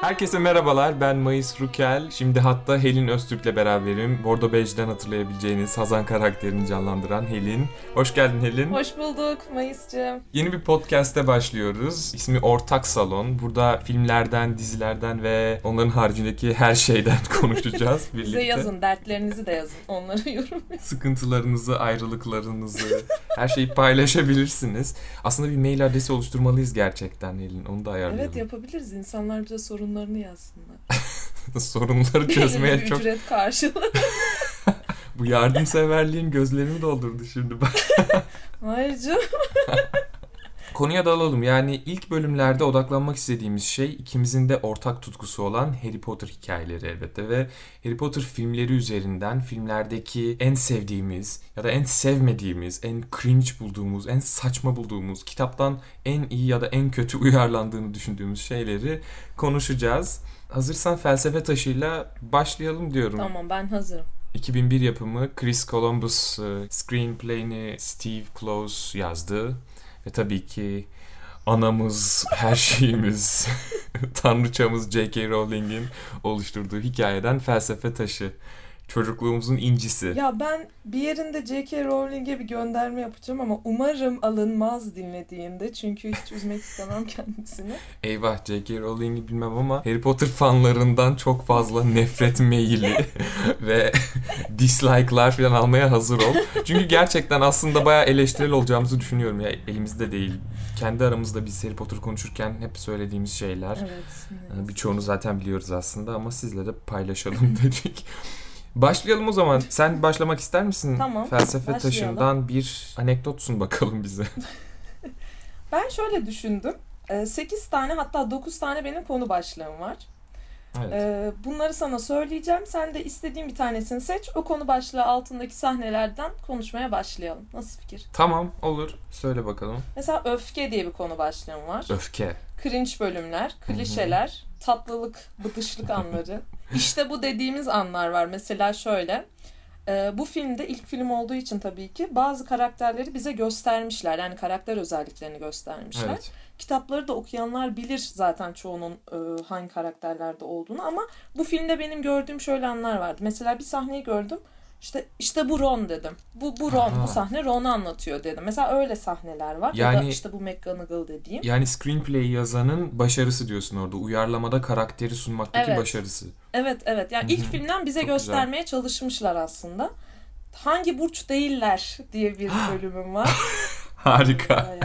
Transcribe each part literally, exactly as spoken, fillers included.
Herkese merhabalar, ben Mayıs Rukel. Şimdi hatta Helin Öztürk'le beraberim. Bordo Bej'den hatırlayabileceğiniz Hazan karakterini canlandıran Helin. Hoş geldin Helin. Hoş bulduk Mayıs'cığım. Yeni bir podcast'e başlıyoruz. İsmi Ortak Salon. Burada filmlerden, dizilerden ve onların haricindeki her şeyden konuşacağız birlikte. Bize yazın, dertlerinizi de yazın. Onları yorumlayın. Sıkıntılarınızı, ayrılıklarınızı, her şeyi paylaşabilirsiniz. Aslında bir mail adresi oluşturmalıyız gerçekten Helin. Onu da ayarlayalım. Evet, yapabiliriz. İnsanlar bize sorunlarını yazsınlar. Sorunları çözmeye çok... Ücret karşılığı. Bu yardımseverliğin gözlerimi doldurdu şimdi bak. Hayır canım. Konuya dalalım. Yani ilk bölümlerde odaklanmak istediğimiz şey ikimizin de ortak tutkusu olan Harry Potter hikayeleri elbette ve Harry Potter filmleri üzerinden filmlerdeki en sevdiğimiz ya da en sevmediğimiz, en cringe bulduğumuz, en saçma bulduğumuz, kitaptan en iyi ya da en kötü uyarlandığını düşündüğümüz şeyleri konuşacağız. Hazırsan felsefe taşıyla başlayalım diyorum. Tamam, ben hazırım. iki bin bir yapımı Chris Columbus screenplay'ini Steve Kloves yazdı. Ve tabii ki anamız, her şeyimiz, tanrıçamız J K. Rowling'in oluşturduğu hikayeden felsefe taşı. Çocukluğumuzun incisi. Ya ben bir yerinde J K. Rowling'e bir gönderme yapacağım ama umarım alınmaz dinlediğinde. Çünkü hiç üzmek istemem kendisini. Eyvah, J K. Rowling'i bilmem ama Harry Potter fanlarından çok fazla nefret maili ve dislike'lar falan almaya hazır ol. Çünkü gerçekten aslında bayağı eleştirel olacağımızı düşünüyorum. Ya elimizde değil. Kendi aramızda biz Harry Potter konuşurken hep söylediğimiz şeyler. Evet. evet. Birçoğunu zaten biliyoruz aslında ama sizle de paylaşalım dedik. Başlayalım o zaman. Sen başlamak ister misin? Tamam, Felsefe başlayalım. taşından bir anekdot sun bakalım bize. Ben şöyle düşündüm. sekiz tane hatta dokuz tane benim konu başlığım var. Evet. Bunları sana söyleyeceğim. Sen de istediğin bir tanesini seç. O konu başlığı altındaki sahnelerden konuşmaya başlayalım. Nasıl fikir? Tamam, olur. Söyle bakalım. Mesela öfke diye bir konu başlığım var. Öfke. Cringe bölümler, klişeler, tatlılık, bıdışlık anları. İşte bu dediğimiz anlar var. Mesela şöyle. E, bu filmde ilk film olduğu için tabii ki bazı karakterleri bize göstermişler. Yani karakter özelliklerini göstermişler. Evet. Kitapları da okuyanlar bilir zaten çoğunun e, hangi karakterlerde olduğunu ama bu filmde benim gördüğüm şöyle anlar vardı. Mesela bir sahneyi gördüm. İşte işte bu Ron dedim. Bu bu Ron, Aha. bu sahne Ron'u anlatıyor dedim. Mesela öyle sahneler var. Yani, ya da işte bu McGonagall dediğim. Yani screenplay yazanın başarısı diyorsun orada. Uyarlamada karakteri sunmaktaki evet. başarısı. Evet evet. Yani ilk filmden bize Çok göstermeye güzel. çalışmışlar aslında. Hangi burç değiller diye bir bölümüm var. Harika.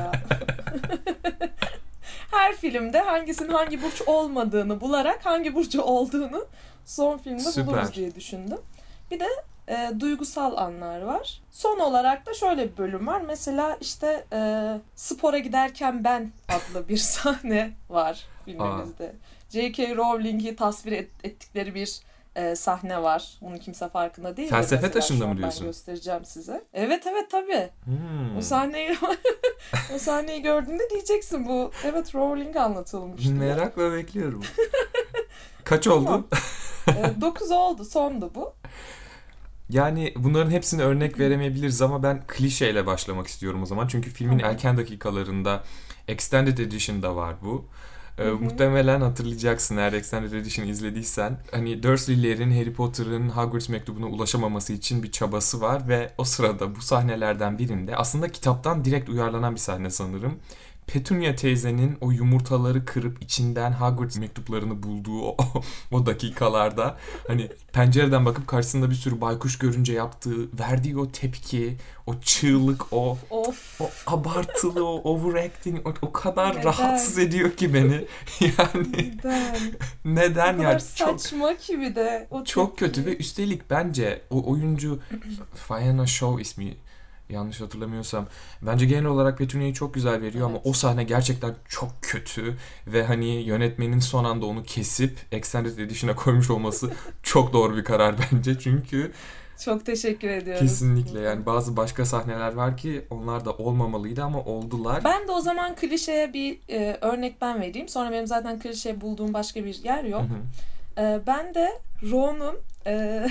Her filmde hangisinin hangi burç olmadığını bularak hangi burcu olduğunu son filmde Süper. buluruz diye düşündüm. Bir de e, duygusal anlar var. Son olarak da şöyle bir bölüm var. Mesela işte e, spora giderken ben adlı bir sahne var filmimizde. J K. Rowling'i tasvir et, ettikleri bir e, sahne var. Bunun kimse farkında değil. Felsefe taşında mı diyorsun? Ben göstereceğim size. Evet evet tabii. Hmm. O sahneyi o sahneyi gördüğünde diyeceksin bu evet Rowling anlatılmış diye. Merakla bekliyorum. Kaç oldu? e, dokuz oldu. Sondu bu. Yani bunların hepsini örnek veremeyebiliriz ama ben klişeyle başlamak istiyorum o zaman. Çünkü filmin Tamam. erken dakikalarında Extended Edition'da var bu. Ee, Hı hı. muhtemelen hatırlayacaksın eğer Extended Edition izlediysen. Hani Dursley'lerin Harry Potter'ın Hogwarts mektubuna ulaşamaması için bir çabası var ve o sırada bu sahnelerden birinde aslında kitaptan direkt uyarlanan bir sahne sanırım. Petunia teyzenin o yumurtaları kırıp içinden Hogwarts mektuplarını bulduğu o, o dakikalarda hani pencereden bakıp karşısında bir sürü baykuş görünce yaptığı, verdiği o tepki, o çığlık, o Of. o abartılı, o overacting o, o kadar Neden? rahatsız ediyor ki beni. Yani Neden? neden O kadar ya? Çok saçma ki bir de. O çok tepki. kötü ve üstelik bence o oyuncu Fiona Shaw ismi yanlış hatırlamıyorsam. Bence genel olarak Petunia'yı çok güzel veriyor Evet. ama o sahne gerçekten çok kötü ve hani yönetmenin son anda onu kesip Extended Edition'a koymuş olması çok doğru bir karar bence. Çünkü Çok teşekkür ediyoruz. kesinlikle yani bazı başka sahneler var ki onlar da olmamalıydı ama oldular. Ben de o zaman klişeye bir e, örnek ben vereyim. Sonra benim zaten klişe bulduğum başka bir yer yok. Hı hı. E, ben de Ron'un e,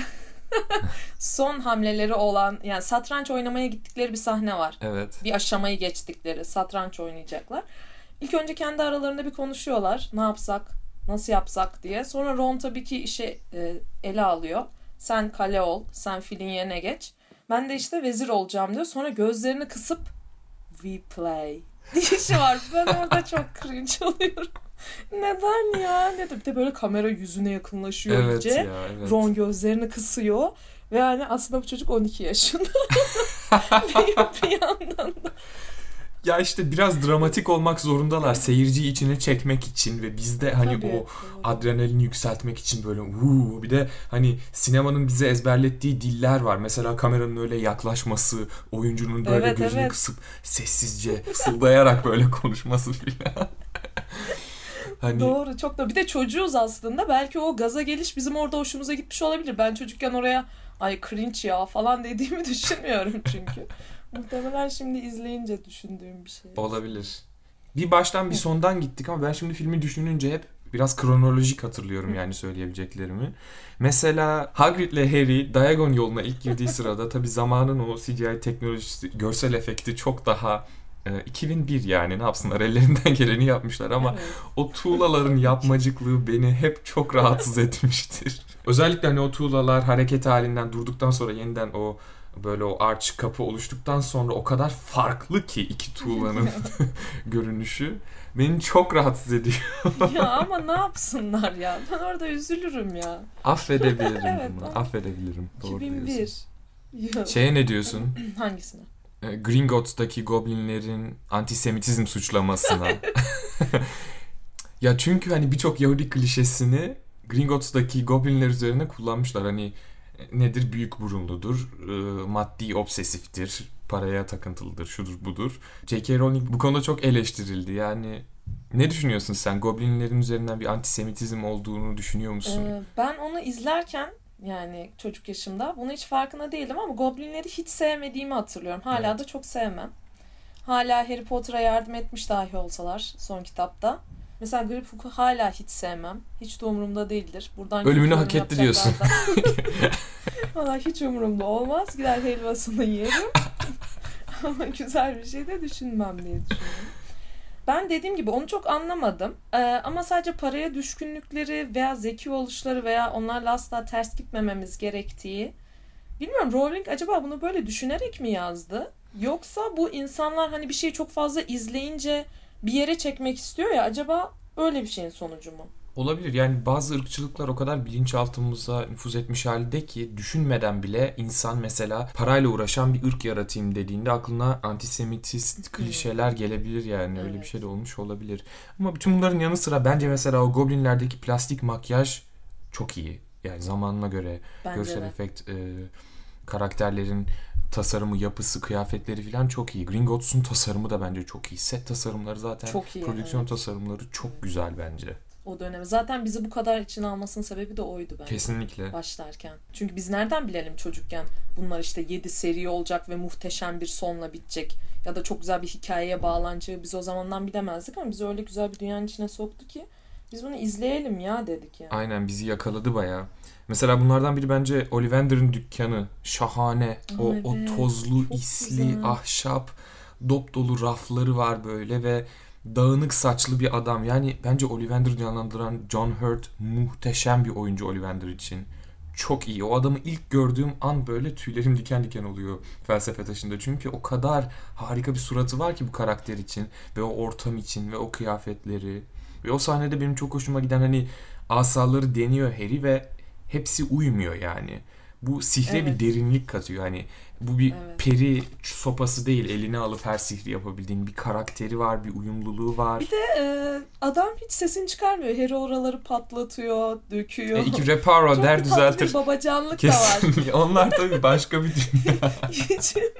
son hamleleri olan yani satranç oynamaya gittikleri bir sahne var. Evet. Bir aşamayı geçtikleri satranç oynayacaklar. İlk önce kendi aralarında bir konuşuyorlar. Ne yapsak? Nasıl yapsak diye. Sonra Ron tabii ki işi e, ele alıyor. Sen kale ol, sen filin yerine geç. Ben de işte vezir olacağım diyor. Sonra gözlerini kısıp we play diyişi var. Ben orada çok cringe oluyorum. Neden ya? Ne de bir de böyle kamera yüzüne yakınlaşıyor Evet iyice. ya, evet. Ron gözlerini kısıyor. Ve yani aslında bu çocuk on iki yaşında. bir, bir yandan da. Ya işte biraz dramatik olmak zorundalar seyirciyi içine çekmek için ve bizde hani Tabii, o evet. adrenalini yükseltmek için böyle uuu, bir de hani sinemanın bize ezberlettiği diller var. Mesela kameranın öyle yaklaşması, oyuncunun böyle Evet, gözünü evet. kısıp sessizce fısıldayarak böyle konuşması filan. Hani Doğru, çok da. Bir de çocuğuz aslında. Belki o gaza geliş bizim orada hoşumuza gitmiş olabilir. Ben çocukken oraya ay cringe ya falan dediğimi düşünmüyorum çünkü. Muhtemelen şimdi izleyince düşündüğüm bir şey. olabilir. Bir baştan bir sondan gittik ama ben şimdi filmi düşününce hep biraz kronolojik hatırlıyorum yani söyleyebileceklerimi. Mesela Hagrid'le Harry Diagon yoluna ilk girdiği sırada tabii zamanın o C G I teknolojisi, görsel efekti çok daha e, iki bin bir yani ne yapsınlar ellerinden geleni yapmışlar ama Evet. o tuğlaların yapmacıklığı beni hep çok rahatsız etmiştir. Özellikle hani o tuğlalar hareket halinden durduktan sonra yeniden o böyle o arch kapı oluştuktan sonra o kadar farklı ki iki tuğlanın görünüşü beni çok rahatsız ediyor. Ya ama ne yapsınlar ya? Ben orada üzülürüm ya. Affedebilirim Evet, bunu. ama- Affedebilirim. Doğru iki bin bir. diyorsun. Ya. Şeye ne diyorsun? Hangisine? E, Gringotts'taki goblinlerin antisemitizm suçlamasına. Ya çünkü hani birçok Yahudi klişesini Gringotts'taki goblinler üzerine kullanmışlar. Hani e, nedir? Büyük burunludur, e, maddi obsesiftir, paraya takıntılıdır, şudur budur. J K. Rowling bu konuda çok eleştirildi. Yani ne düşünüyorsun sen? Goblinlerin üzerinden bir antisemitizm olduğunu düşünüyor musun? Ee, ben onu izlerken yani çocuk yaşımda bunu hiç farkında değildim ama Goblinleri hiç sevmediğimi hatırlıyorum. Hala Evet. da çok sevmem. Hala Harry Potter'a yardım etmiş dahi olsalar son kitapta. Mesela Griphook'u hala hiç sevmem. Hiç de umurumda değildir. Buradan Ölümünü kötü hak yorum etti diyorsun. yapacaklardan- Valla hiç umurumda olmaz. Gider helvasını yerim. Ama güzel bir şey de düşünmem diye düşünüyorum. Ben dediğim gibi onu çok anlamadım. Ee, ama sadece paraya düşkünlükleri veya zeki oluşları veya onlarla asla ters gitmememiz gerektiği. Bilmiyorum, Rowling acaba bunu böyle düşünerek mi yazdı? Yoksa bu insanlar hani bir şeyi çok fazla izleyince bir yere çekmek istiyor ya, acaba öyle bir şeyin sonucu mu? Olabilir. Yani bazı ırkçılıklar o kadar bilinçaltımıza nüfuz etmiş halde ki düşünmeden bile insan mesela parayla uğraşan bir ırk yaratayım dediğinde aklına antisemitist klişeler gelebilir yani. Öyle bir Evet. şey de olmuş olabilir. Ama bütün bunların yanı sıra bence mesela o Goblinlerdeki plastik makyaj çok iyi. Yani zamanına göre Bence görsel de. efekt, e, karakterlerin tasarımı, yapısı, kıyafetleri falan çok iyi. Gringotts'un tasarımı da bence çok iyi. Set tasarımları zaten, Çok iyi. prodüksiyon Evet. tasarımları çok Evet. güzel bence. O dönemi. Zaten bizi bu kadar içine almasının sebebi de oydu bence. Kesinlikle. Başlarken. Çünkü biz nereden bilelim çocukken bunlar işte yedi seri olacak ve muhteşem bir sonla bitecek. Ya da çok güzel bir hikayeye bağlanacağı biz o zamandan bilemezdik ama bizi öyle güzel bir dünyanın içine soktu ki biz bunu izleyelim ya dedik yani. Aynen, bizi yakaladı bayağı. Mesela bunlardan biri bence Ollivander'ın dükkanı. Şahane. O, Evet, o tozlu, çok isli, güzel. ahşap, dop dolu rafları var böyle ve dağınık saçlı bir adam. Yani bence Ollivander'ı canlandıran John Hurt muhteşem bir oyuncu Ollivander için. Çok iyi. O adamı ilk gördüğüm an böyle tüylerim diken diken oluyor Felsefe Taşı'nda. Çünkü o kadar harika bir suratı var ki bu karakter için ve o ortam için ve o kıyafetleri. Ve o sahnede benim çok hoşuma giden hani asaları deniyor Harry ve hepsi uymuyor yani. Bu sihre Evet. bir derinlik katıyor. Hani bu bir Evet. peri sopası değil, eline alıp her sihri yapabildiğin bir karakteri var, bir uyumluluğu var. Bir de e, adam hiç sesini çıkarmıyor. Harry oraları patlatıyor, döküyor. E, iki reparo Çok der bir tatlı düzeltir. bir babacanlık da var. Kesin. Onlar tabii başka bir dünya. İçinde.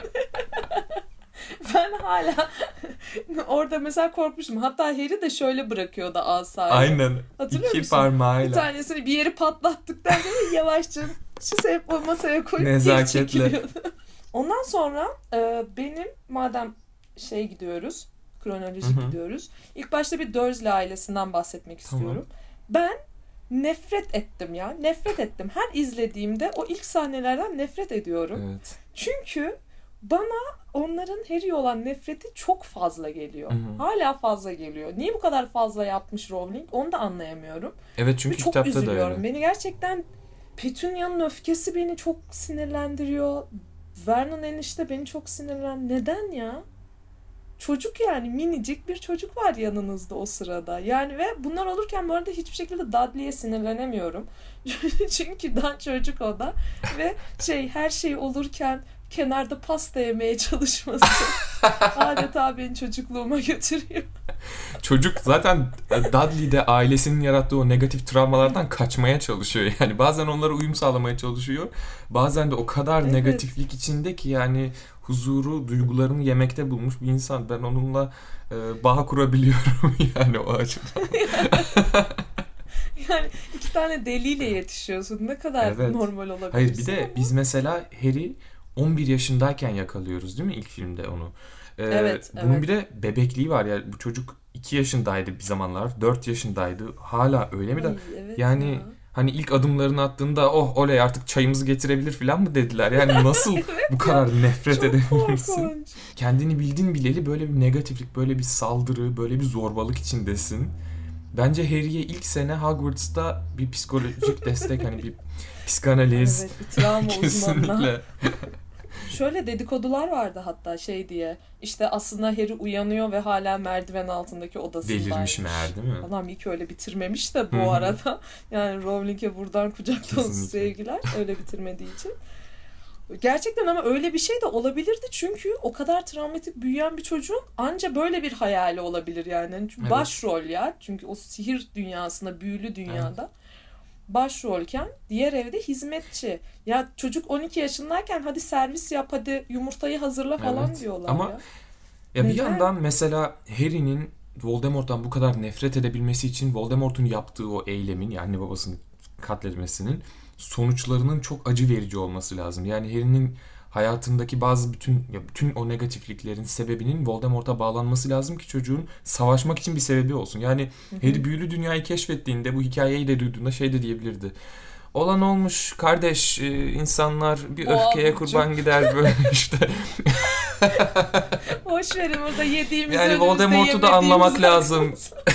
Ben hala orada mesela korkmuşum. Hatta Harry de şöyle bırakıyordu asayı. Aynen. Hatırlıyor İki musun? Bir parmağıyla. tanesini bir yeri patlattıktan sonra yavaşça şu sehpa masaya koyup geri Nezaketle. çekiliyordu. Ondan sonra e, benim madem şey gidiyoruz, kronolojik Hı hı. gidiyoruz. İlk başta bir Dursley ailesinden bahsetmek Tamam. istiyorum. Ben nefret ettim ya. Nefret ettim. Her izlediğimde o ilk sahnelerden nefret ediyorum. Evet. Çünkü bana onların Harry'e olan nefreti çok fazla geliyor. Hı hı. Hala fazla geliyor. Niye bu kadar fazla yapmış Rowling onu da anlayamıyorum. Evet, çünkü Ve çok kitapta da üzülüyorum. öyle. Beni gerçekten Petunia'nın öfkesi beni çok sinirlendiriyor. Vernon enişte beni çok sinirlendiriyor. Neden ya? Çocuk yani, minicik bir çocuk var yanınızda o sırada. Yani ve bunlar olurken bu arada hiçbir şekilde Dudley'e sinirlenemiyorum. Çünkü daha çocuk o da. Ve şey, her şey olurken kenarda pasta yemeye çalışması adeta beni çocukluğuma götürüyor. Çocuk zaten Dudley'de ailesinin yarattığı o negatif travmalardan kaçmaya çalışıyor. Yani bazen onlara uyum sağlamaya çalışıyor. Bazen de o kadar Evet. negatiflik içinde ki yani huzuru, duygularını yemekte bulmuş bir insan. Ben onunla e, bağ kurabiliyorum yani o açıdan. Yani iki tane deliyle yetişiyorsun. Ne kadar Evet. normal olabilirsin. Hayır, bir de ama- biz mesela Harry on bir yaşındayken yakalıyoruz değil mi ilk filmde onu? Ee, Evet, bunun evet. bir de bebekliği var ya, bu çocuk iki yaşındaydı bir zamanlar, dört yaşındaydı, hala öyle mi de Ay, evet yani ya. hani ilk adımlarını attığında oh oley artık çayımızı getirebilir falan mı dediler, yani nasıl bu kadar nefret Çok edebilirsin? korkunç. Kendini bildiğin bileli böyle bir negatiflik, böyle bir saldırı, böyle bir zorbalık içindesin. Bence Harry'e ilk sene Hogwarts'ta bir psikolojik destek, hani bir psikanaliz, Evet, bir travma uzmanına. kesinlikle. Şöyle dedikodular vardı hatta şey diye. İşte aslında Harry uyanıyor ve hala merdiven altındaki odasındaymış. Delirmiş meğer değil mi? Adam iyi ki öyle bitirmemiş de bu Hı hı. arada. Yani Rowling'e buradan kucak dolusu Kesinlikle. sevgiler. Öyle bitirmediği için. Gerçekten ama öyle bir şey de olabilirdi çünkü o kadar travmatik büyüyen bir çocuğun anca böyle bir hayali olabilir yani. Yani çünkü Evet. başrol ya. Çünkü o sihir dünyasında, büyülü dünyada başrolken diğer evde hizmetçi. Ya çocuk on iki yaşındayken hadi servis yap, hadi yumurtayı hazırla falan Evet. diyorlar Ama ya. Ya bir Neden? yandan mesela Harry'nin Voldemort'tan bu kadar nefret edebilmesi için Voldemort'un yaptığı o eylemin, yani anne babasını katletmesinin sonuçlarının çok acı verici olması lazım. Yani Harry'nin hayatındaki bazı bütün ya bütün o negatifliklerin sebebinin Voldemort'a bağlanması lazım ki çocuğun savaşmak için bir sebebi olsun. Yani Harry büyülü dünyayı keşfettiğinde, bu hikayeyi de duyduğunda şey de diyebilirdi. Olan olmuş kardeş, e, insanlar bir Boğa öfkeye burcu. kurban gider böyle işte. Boş verin burada yediğimiz Yani önümüzde Voldemort'u da yemediğimiz anlamak lazım.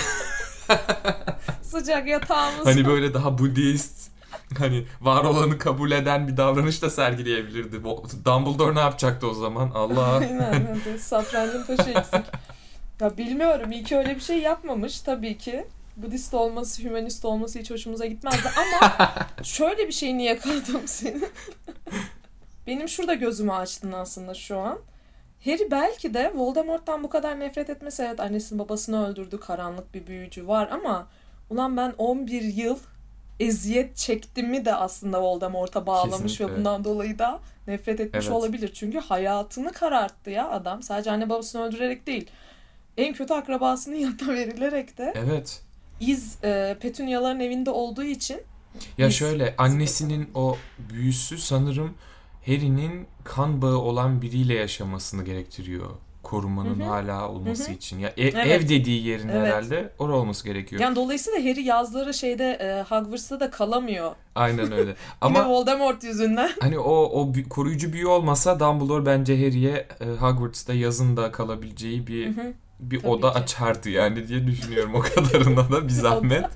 Sıcak yatağımız. Hani böyle daha Budist, hani var olanı kabul eden bir davranış da sergileyebilirdi. Bu- Dumbledore ne yapacaktı o zaman? Allah. Aynen. Hadi Safran'ın taşı eksik. Ya bilmiyorum. İyi ki öyle bir şey yapmamış tabii ki. Budist olması, hümanist olması hiç hoşumuza gitmezdi ama şöyle bir şeyini yakaladım senin. Benim şurada gözümü açtın aslında şu an. Harry belki de Voldemort'tan bu kadar nefret etmesi, evet annesini babasını öldürdü, karanlık bir büyücü var ama ulan ben on bir yıl eziyet çektiğimi de aslında Voldemort'a bağlamış Kesinlikle. ve bundan dolayı da nefret etmiş Evet. olabilir. Çünkü hayatını kararttı ya adam. Sadece anne babasını öldürerek değil. En kötü akrabasının yanına verilerek de Evet. iz e, Petunia'ların evinde olduğu için Ya Biz- şöyle, annesinin o büyüsü sanırım Harry'nin kan bağı olan biriyle yaşamasını gerektiriyor. Korumanın Hı hı. hala olması Hı hı. için. Ya e- Evet. ev dediği yerin Evet. herhalde orası olması gerekiyor. yani dolayısıyla Harry yazları şeyde e, Hogwarts'ta da kalamıyor. Aynen öyle. Yine Ama Voldemort yüzünden. hani o o bü- koruyucu büyü olmasa Dumbledore bence Harry'e e, Hogwarts'ta yazın da kalabileceği bir Hı hı. bir Tabii oda ki. açardı yani diye düşünüyorum, o kadarına da bir zahmet.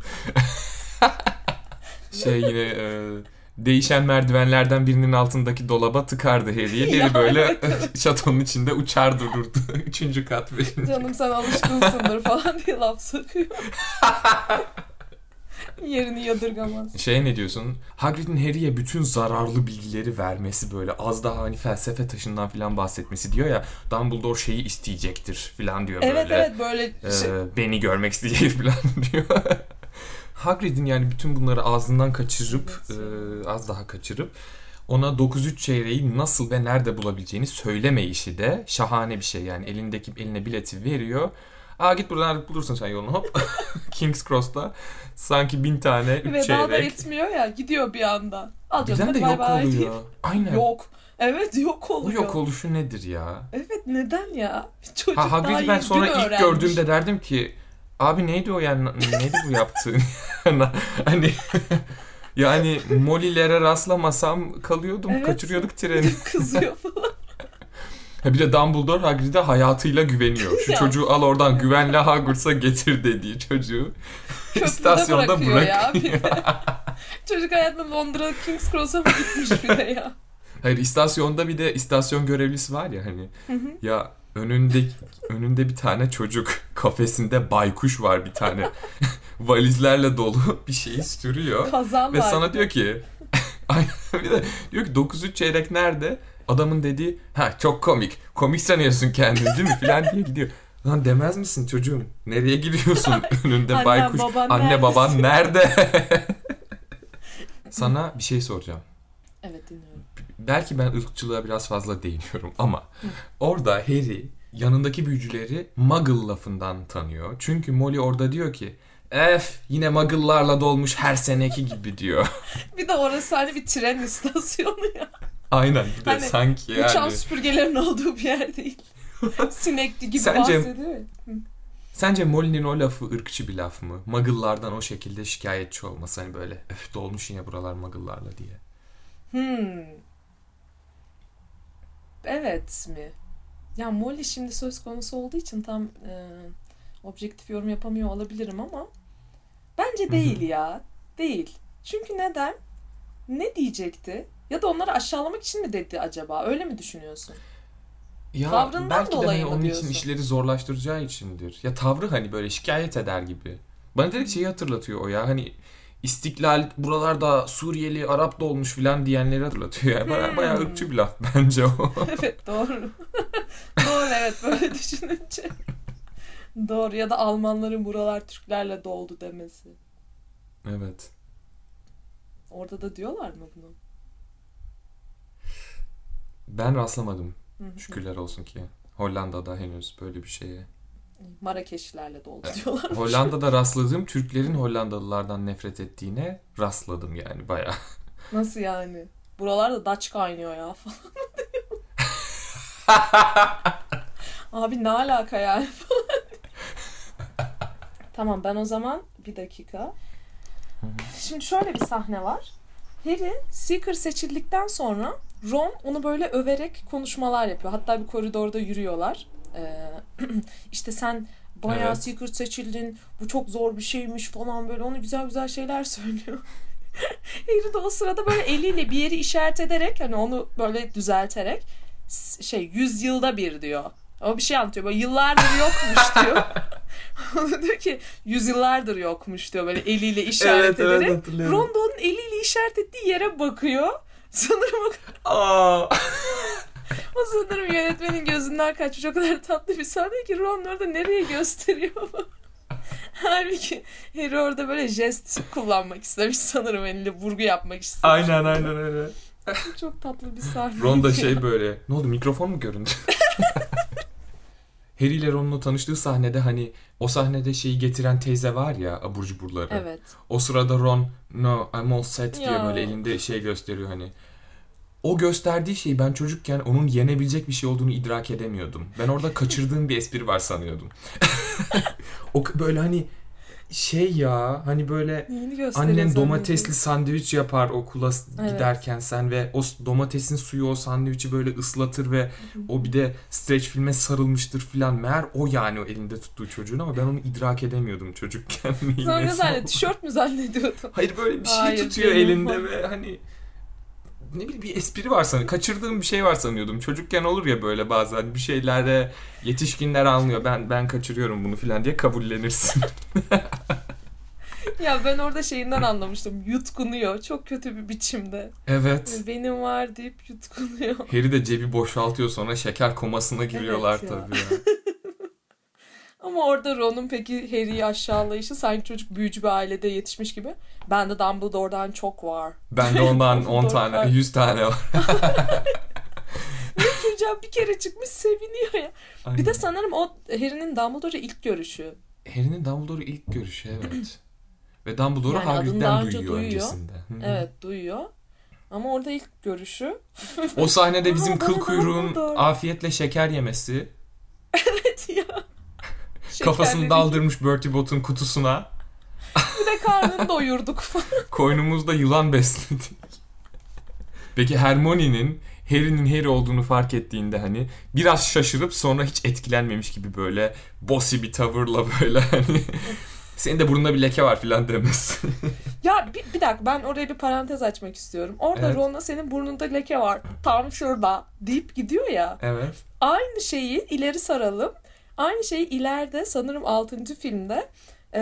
Şey yine e, değişen merdivenlerden birinin altındaki dolaba tıkardı Harry'i. Ya, Harry böyle evet, evet. şatonun içinde uçar dururdu. Üçüncü kat, beşinci. Canım sen alışkınsındır falan diye laf sokuyor. Yerini yadırgamaz. Şey, ne diyorsun? Hagrid'in Harry'e bütün zararlı bilgileri vermesi, böyle az daha hani felsefe taşından falan bahsetmesi, diyor ya Dumbledore şeyi isteyecektir falan diyor Evet böyle. evet böyle Ee, şey, beni görmek isteyecek falan diyor. Hagrid'in yani bütün bunları ağzından kaçırıp Evet. e, az daha kaçırıp ona dokuz üç çeyreği nasıl ve nerede bulabileceğini söyleme işi de şahane bir şey. Yani elindeki eline bileti veriyor. Aa git buradan artık bulursun sen yolunu, hop. King's Cross'ta sanki bin tane üç ve daha da çeyrek. etmiyor ya, gidiyor bir anda. Al canım Birden de hadi yok bay bay oluyor. diye. Aynen. Yok. Evet yok Bu oluyor. yok oluşu nedir ya? Evet neden ya? Çocuk Ha, daha Hagrid'i ben yeni sonra dün ilk öğrenmiş. gördüğümde derdim ki abi neydi o yani, neydi bu yaptığın? Hani yani Molly'lere rastlamasam kalıyordum, Evet. kaçırıyorduk treni. Kızıyor falan. Ha bir de Dumbledore Hagrid'e hayatıyla güveniyor. Şu Ya. çocuğu al oradan güvenle Hogwarts'a getir dediği çocuğu Köprüde istasyonda bırakıyor ya. bırakıyor. Bir de. Çocuk hayatında Londra King's Cross'a mı gitmiş bir de ya? Hayır, istasyonda bir de istasyon görevlisi var ya hani. Ya önünde önünde bir tane çocuk, kafesinde baykuş var bir tane. Valizlerle dolu bir şeyi sürüyor. Kazan Ve var. sana diyor ki bir de diyor ki dokuz üç çeyrek nerede? Adamın dediği ha çok komik. Komik sanıyorsun kendini değil mi filan diye gidiyor. Lan demez misin çocuğum? Nereye gidiyorsun? Önünde Annem, baykuş. baban Anne neredesin? baban nerede? Sana bir şey soracağım. Evet, dinliyorum. Belki ben ırkçılığa biraz fazla değiniyorum ama orada Harry yanındaki büyücüleri Muggle lafından tanıyor. Çünkü Molly orada diyor ki Ef yine Muggle'larla dolmuş her seneki gibi diyor. Bir de orası hani bir tren istasyonu ya. Aynen bir de Hani sanki yani. Uçan süpürgelerin olduğu bir yer değil. Sinekli gibi Sence- bahsediyor ya. Hı. Sence Molly'nin o lafı ırkçı bir laf mı? Muggle'lardan o şekilde şikayetçi olması hani böyle öf dolmuş yine buralar Muggle'larla diye. Hmm. Evet mi? Ya Molly şimdi söz konusu olduğu için tam e, objektif yorum yapamıyor olabilirim ama bence değil ya. Değil. Çünkü neden? Ne diyecekti? Ya da onları aşağılamak için mi dedi acaba? Öyle mi düşünüyorsun? Ya Tavrından belki de dolayı hani mı onun diyorsun? için işleri zorlaştıracağı içindir. Ya tavrı hani böyle şikayet eder gibi. Bana direkt şeyi hatırlatıyor o ya hani İstiklal buralarda Suriyeli, Arap da olmuş filan diyenleri hatırlatıyor. Yani bayağı, bayağı ırkçı bir laf bence o. Evet, doğru. Doğru, evet, böyle düşününce. Doğru, ya da Almanların buralar Türklerle doldu demesi. Evet. Orada da diyorlar mı bunu? Ben rastlamadım. Hı hı. Şükürler olsun ki. Hollanda'da henüz böyle bir şeye. Marrakeşlilerle doldu diyorlar. Hollanda'da rastladığım Türklerin Hollandalılardan nefret ettiğine rastladım yani bayağı. Nasıl yani? Buralarda Dutch kaynıyor ya falan. Abi ne alaka yani falan. Tamam, ben o zaman bir dakika. Şimdi şöyle bir sahne var. Harry Seeker seçildikten sonra Ron onu böyle överek konuşmalar yapıyor. Hatta bir koridorda yürüyorlar. Ee, işte sen bayağı Evet. Seeker seçildin. Bu çok zor bir şeymiş falan böyle. Ona güzel güzel şeyler söylüyor. Harry de o sırada böyle eliyle bir yeri işaret ederek hani onu böyle düzelterek şey yüz yılda bir diyor. O bir şey anlatıyor. Böyle yıllardır yokmuş diyor. O diyor ki yüzyıllardır yokmuş diyor böyle eliyle işaret Evet, evet, ederek. hatırlıyorum. Ron da onun eliyle işaret ettiği yere bakıyor. Sanırım o, Aa. o sanırım yönetmenin gözünden kaçmış. O kadar tatlı bir sahne ki Ron orada nereye gösteriyor. Halbuki Harry orada böyle jest kullanmak istemiş sanırım, eliyle vurgu yapmak istemiş. Aynen aynen öyle. Çok tatlı bir sahne. Ron da şey böyle ne oldu mikrofon mu göründü? Harry ile Ron'la tanıştığı sahnede hani o sahnede şeyi getiren teyze var ya abur cuburları. Evet. O sırada Ron no I'm all set diye Ya. böyle elinde şey gösteriyor hani. O gösterdiği şeyi ben çocukken onun yenebilecek bir şey olduğunu idrak edemiyordum. Ben orada kaçırdığım bir espri var sanıyordum. O k- böyle hani şey ya hani böyle Neyini gösteriyor annen zannediyorum. domatesli sandviç yapar okula s- Evet. giderken sen ve o s- domatesin suyu o sandviçi böyle ıslatır ve o bir de streç filme sarılmıştır filan. Meğer o yani o elinde tuttuğu çocuğun ama ben onu idrak edemiyordum çocukken. Neyin Sonra ne nesi zannet? olduğunu. Tişört mü zannediyordun? Hayır böyle bir şey Hayır, tutuyor benim elinde falan. ve hani ne bileyim bir espri var sanıyordum. Kaçırdığım bir şey var sanıyordum. Çocukken olur ya böyle bazen bir şeylere yetişkinler anlıyor. Ben ben kaçırıyorum bunu filan diye kabullenirsin. Ya ben orada şeyinden anlamıştım. Yutkunuyor. Çok kötü bir biçimde. Evet. Benim var deyip yutkunuyor. Harry de cebi boşaltıyor sonra şeker komasına giriyorlar Evet ya. tabii ya. Ama orada Ron'un peki Harry'i aşağılayışı sanki çocuk büyücü bir ailede yetişmiş gibi. Bende Dumbledore'dan çok var. Bende ondan on Dumbledore tane, yüz tane var. Çocuğa bir kere çıkmış seviniyor ya. Bir de sanırım o Harry'nin Dumbledore'la ilk görüşü. Harry'nin Dumbledore'u ilk görüşü evet. Ve Dumbledore'u Yani adını daha Hagrid'den önce duyuyor duyuyor. öncesinde. Hı hı. Evet, duyuyor. Ama orada ilk görüşü. O sahnede bizim Aa, kıl bana kuyruğun Dumbledore. afiyetle şeker yemesi, Evet ya. kafasını Şekerleri- daldırmış Bertie Bott'un kutusuna, Bir de karnını doyurduk falan. koynumuzda yılan besledik. Peki Hermione'nin Harry'nin Harry olduğunu fark ettiğinde hani biraz şaşırıp sonra hiç etkilenmemiş gibi böyle bossy bir tavırla böyle hani senin de burnunda bir leke var filan demesi. Ya bir, bir dakika, ben oraya bir parantez açmak istiyorum. Orada Evet. Ron'a senin burnunda leke var tam şurada deyip gidiyor ya. Evet. Aynı şeyi ileri saralım. Aynı şeyi ileride sanırım altıncı filmde e,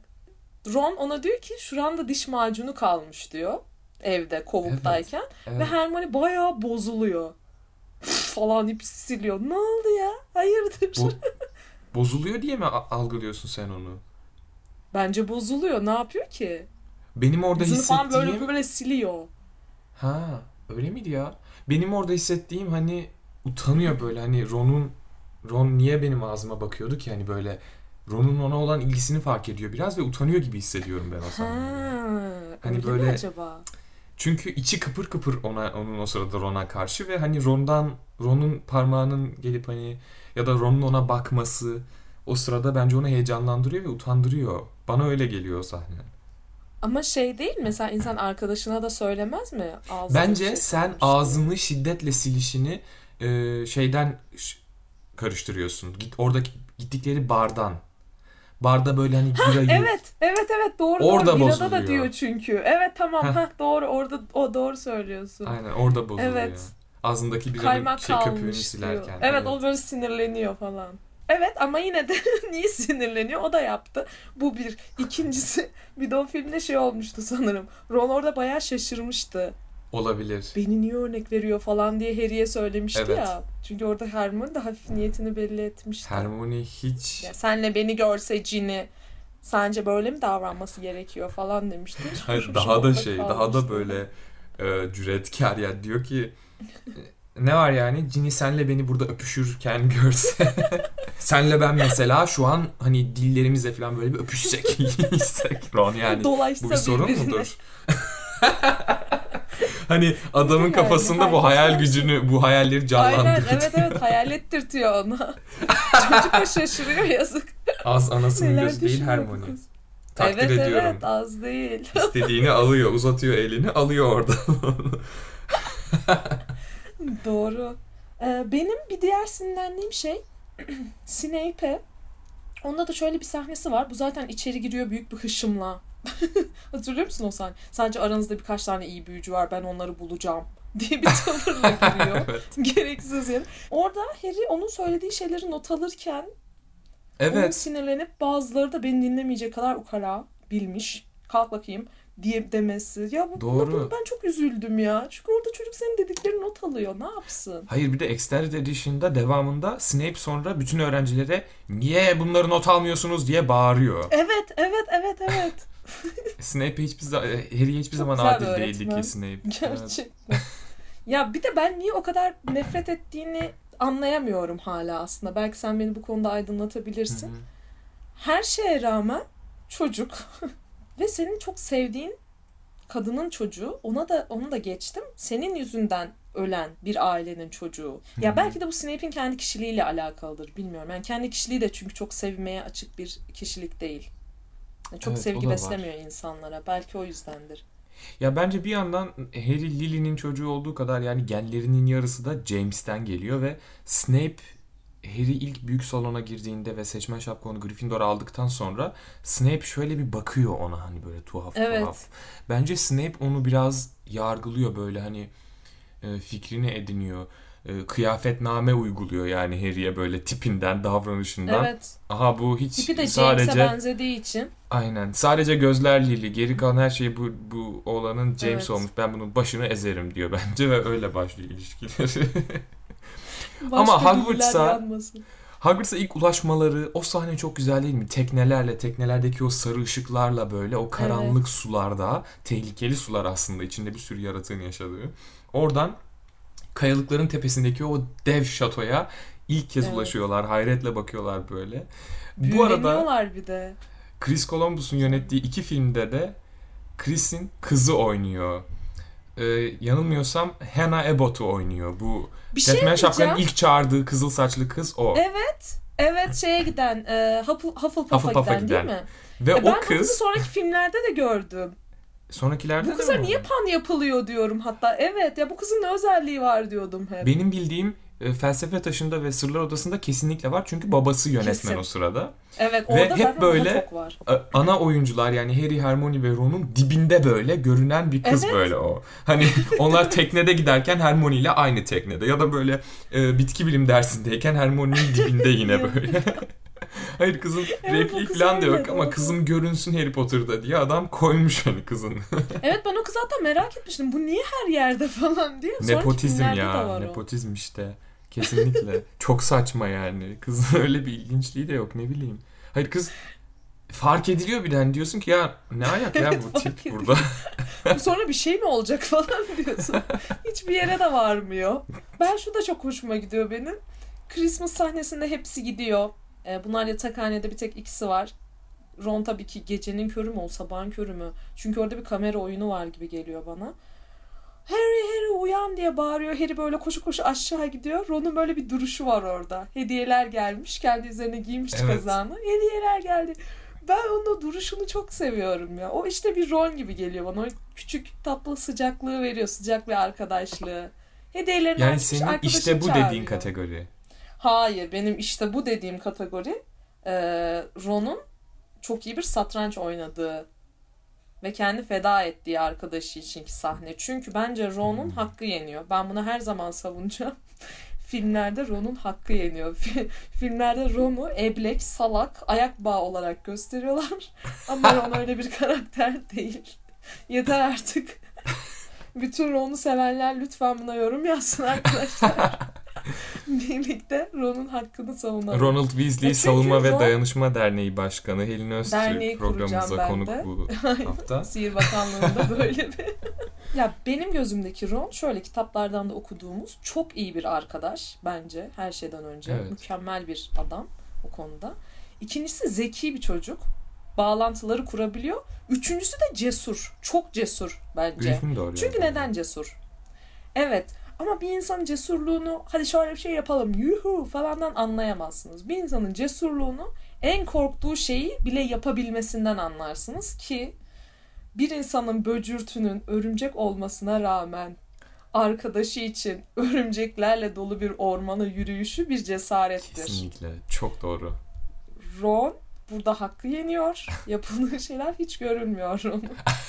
Ron ona diyor ki şuranda diş macunu kalmış diyor. Evde kovuktayken. Evet, evet. Ve Hermione bayağı bozuluyor. falan deyip siliyor. Ne oldu ya? Hayırdır? Bo- bozuluyor diye mi a- algılıyorsun sen onu? Bence bozuluyor. Ne yapıyor ki? Benim orada Yüzünü hissettiğim... falan böyle böyle siliyor. Ha, öyle miydi ya? Benim orada hissettiğim hani utanıyor böyle hani Ron'un Ron niye benim ağzıma bakıyordu ki hani böyle Ron'un ona olan ilgisini fark ediyor biraz ve utanıyor gibi hissediyorum ben o Ha, sahnede. Hani öyle böyle mi acaba? çünkü içi kıpır kıpır ona onun o sırada Ron'a karşı ve hani Ron'dan Ron'un parmağının gelip hani ya da Ron'un ona bakması o sırada bence onu heyecanlandırıyor ve utandırıyor. Bana öyle geliyor o sahne. Ama şey değil mi? Mesela insan arkadaşına da söylemez mi? Ağzına bir Bence şey sen kalmış diye. ağzını şiddetle silişini e, şeyden ş- karıştırıyorsun. Git oradaki gittikleri bardan. Barda böyle hani birayı Evet, evet, evet, doğru Orada doğru. Birada da bozuluyor. diyor çünkü. Evet, tamam, Heh. ha doğru, orada o doğru söylüyorsun. aynen orada bozuluyor. Evet. Ağzındaki biranın Kaymak şey köpüğünü kalmış silerken. diyor. Evet, o böyle sinirleniyor falan. Evet ama yine de niye sinirleniyor? O da yaptı. Bu bir. İkincisi bir de o filmde şey olmuştu sanırım. Ron orada bayağı şaşırmıştı. Olabilir. Beni niye örnek veriyor falan diye Harry'e söylemişti Evet. ya. Çünkü orada Hermione de hafif niyetini belli etmişti. Hermione hiç Ya senle beni görse Ginny sence böyle mi davranması gerekiyor falan demişti. Hayır, Şu daha da orada şey, daha kalmıştı. da böyle e, cüretkar ya diyor ki ne var yani Ginny senle beni burada öpüşürken görse senle ben mesela şu an hani dillerimizle falan böyle bir öpüşsek yiysek Ron yani Dolaşsa bu bir sorun birbirine. mudur? Hani adamın Yani, kafasında bu hayal hayal gücünü, bu hayalleri Aynen, canlandırıyor. evet evet, hayal ettirtiyor ona. Çocuk da şaşırıyor, yazık. Az anasının Neler gözü değil düşünüyor bu Hermione. kız? Takdir evet ediyorum. evet, az değil. İstediğini alıyor, uzatıyor elini, alıyor orada. Doğru. Ee, benim bir diğer sinirlendiğim şey Snape'e. Onda da şöyle bir sahnesi var. Bu zaten içeri giriyor büyük bir hışımla. Hatırlıyor musun o sahne? Sadece aranızda birkaç tane iyi büyücü var, ben onları bulacağım diye bir tavırla giriyor. Evet. Gereksiz yere. Orada Harry onun söylediği şeyleri not alırken onun Evet. sinirlenip bazıları da beni dinlemeyecek kadar ukala bilmiş. Kalk bakayım diye demesi. Ya bu, Doğru. buna ben çok üzüldüm ya. Çünkü orada çocuk senin dediklerini not alıyor. Ne yapsın? Hayır bir de Extended Edition'da devamında Snape sonra bütün öğrencilere niye bunları not almıyorsunuz diye bağırıyor. Evet, evet, evet, evet. Snape hiçbir zaman, Harry hiçbir Çok zaman güzel adil bir değildi öğretmen. ki Snape. Evet. Gerçekten. Ya bir de ben niye o kadar nefret ettiğini anlayamıyorum hala aslında. Belki sen beni bu konuda aydınlatabilirsin. Hı hı. Her şeye rağmen çocuk ve senin çok sevdiğin kadının çocuğu, ona da onu da geçtim. Senin yüzünden ölen bir ailenin çocuğu. Ya Hı hı. belki de bu Snape'in kendi kişiliğiyle alakalıdır, bilmiyorum. Yani kendi kişiliği de çünkü çok sevmeye açık bir kişilik değil. Yani çok Evet, o sevgi da var. beslemiyor insanlara. Belki o yüzdendir. Ya bence bir yandan Harry Lily'nin çocuğu olduğu kadar yani genlerinin yarısı da James'ten geliyor ve Snape Harry ilk büyük salona girdiğinde ve seçmen şapkanı Gryffindor aldıktan sonra Snape şöyle bir bakıyor ona hani böyle tuhaf Evet. tuhaf. Bence Snape onu biraz yargılıyor böyle hani e, fikrini ediniyor. E, kıyafetname uyguluyor yani Harry'e böyle tipinden, davranışından. Evet. Aha bu hiç Tipi de James'e sadece benzediği için. aynen. Sadece gözler Lily. Geri kalan her şey bu bu oğlanın James Evet. olmuş. Ben bunun başını ezerim diyor bence ve öyle başlıyor ilişkileri. Başka Ama bilgiler Hogwarts'a- yanmasın. Hogwarts'a ilk ulaşmaları o sahne çok güzel değil mi? Teknelerle, teknelerdeki o sarı ışıklarla böyle o karanlık sularda, tehlikeli sular aslında içinde bir sürü yaratığın yaşadığı. Oradan kayalıkların tepesindeki o dev şatoya ilk kez Evet. ulaşıyorlar. Hayretle bakıyorlar böyle. Bu arada Büyüleniyorlar bir de. Chris Columbus'un yönettiği iki filmde de Chris'in kızı oynuyor. Ee, yanılmıyorsam Hannah Abbott'u oynuyor. Bu Bir şey Seçmen Şapkan'ın diyeceğim. ilk çağırdığı kızıl saçlı kız o. Evet. Evet, şeye giden, e, Huffle- Hufflepuff'a Hufflepuff'a giden, değil giden. mi? Ve E, ben o bu kızı kız sonraki filmlerde de gördüm. Sonrakilerde Bu kıza de mi niye oluyor? pan yapılıyor diyorum hatta. Evet ya, bu kızın ne özelliği var diyordum hep. Benim bildiğim e, Felsefe Taşı'nda ve Sırlar Odası'nda kesinlikle var. Çünkü babası yönetmen Kesin. o sırada. Evet, Ve orada hep zaten böyle daha çok var. e, ana oyuncular yani Harry, Hermione ve Ron'un dibinde böyle görünen bir kız Evet. böyle o. Hani onlar teknede giderken Hermione ile aynı teknede. Ya da böyle e, bitki bilim dersindeyken Hermione'nin dibinde yine böyle. Hayır kızın Evet, repliği o kız falan da yok öyle, ama doğru. kızım görünsün Harry Potter'da diye adam koymuş hani kızın. Evet, ben o kızı hatta merak etmiştim. Bu niye her yerde falan diye. Sonraki Nepotizm filmlerde de ya. var o. Nepotizm işte. Kesinlikle. Çok saçma yani. Kızın öyle bir ilginçliği de yok ne bileyim. Hayır kız fark ediliyor bir de hani diyorsun ki ya ne ayak ya Evet, bu fark tip ediliyor. burada. Bu sonra bir şey mi olacak falan diyorsun. Hiçbir yere de varmıyor. Ben şu da çok hoşuma gidiyor benim. Christmas sahnesinde hepsi gidiyor. Ee, bunlar yatakhanede, bir tek ikisi var. Ron tabii ki gecenin körü mü o, sabahın körü mü? Çünkü orada bir kamera oyunu var gibi geliyor bana. Harry, Harry uyan diye bağırıyor. Harry böyle koşu koşu aşağı gidiyor. Ron'un böyle bir duruşu var orada. Hediyeler gelmiş. Kendi üzerine giymiş Evet. kazağını. Hediyeler geldi. Ben onun o duruşunu çok seviyorum ya. O işte bir Ron gibi geliyor bana. O küçük tatlı sıcaklığı veriyor. Sıcak bir arkadaşlığı. Hediyelerini Yani açmış, senin arkadaşını işte bu çağırıyor. dediğin kategori. Hayır, benim işte bu dediğim kategori e, Ron'un çok iyi bir satranç oynadığı ve kendi feda ettiği arkadaşı içinki sahne. Çünkü bence Ron'un Hmm. hakkı yeniyor. Ben bunu her zaman savunacağım. Filmlerde Ron'un hakkı yeniyor. Filmlerde Ron'u eblek, salak, ayak bağı olarak gösteriyorlar. Ama Ron öyle bir karakter değil. Yeter artık. Bütün Ron'u sevenler lütfen buna yorum yazsın arkadaşlar. Birlikte Ron'un hakkını savunalım. Ronald Weasley Ya çünkü Savunma ve Ron- Dayanışma Derneği Başkanı Helin Derneği Öztürk kuracağım programımıza ben konuk de. bu hafta. Sihir Bakanlığı'nda böyle bir... Ya benim gözümdeki Ron şöyle, kitaplardan da okuduğumuz çok iyi bir arkadaş bence her şeyden önce. Evet. Mükemmel bir adam o konuda. İkincisi zeki bir çocuk. Bağlantıları kurabiliyor. Üçüncüsü de cesur. Çok cesur bence. Gryffindor Çünkü yani. neden cesur? Evet. Ama bir insanın cesurluğunu hadi şöyle bir şey yapalım yuhu falandan anlayamazsınız. Bir insanın cesurluğunu en korktuğu şeyi bile yapabilmesinden anlarsınız ki bir insanın böcürtünün örümcek olmasına rağmen arkadaşı için örümceklerle dolu bir ormana yürüyüşü bir cesarettir. Kesinlikle. Çok doğru. Ron burada hakkı yeniyor. Yapıldığı şeyler hiç görünmüyor Ron'un.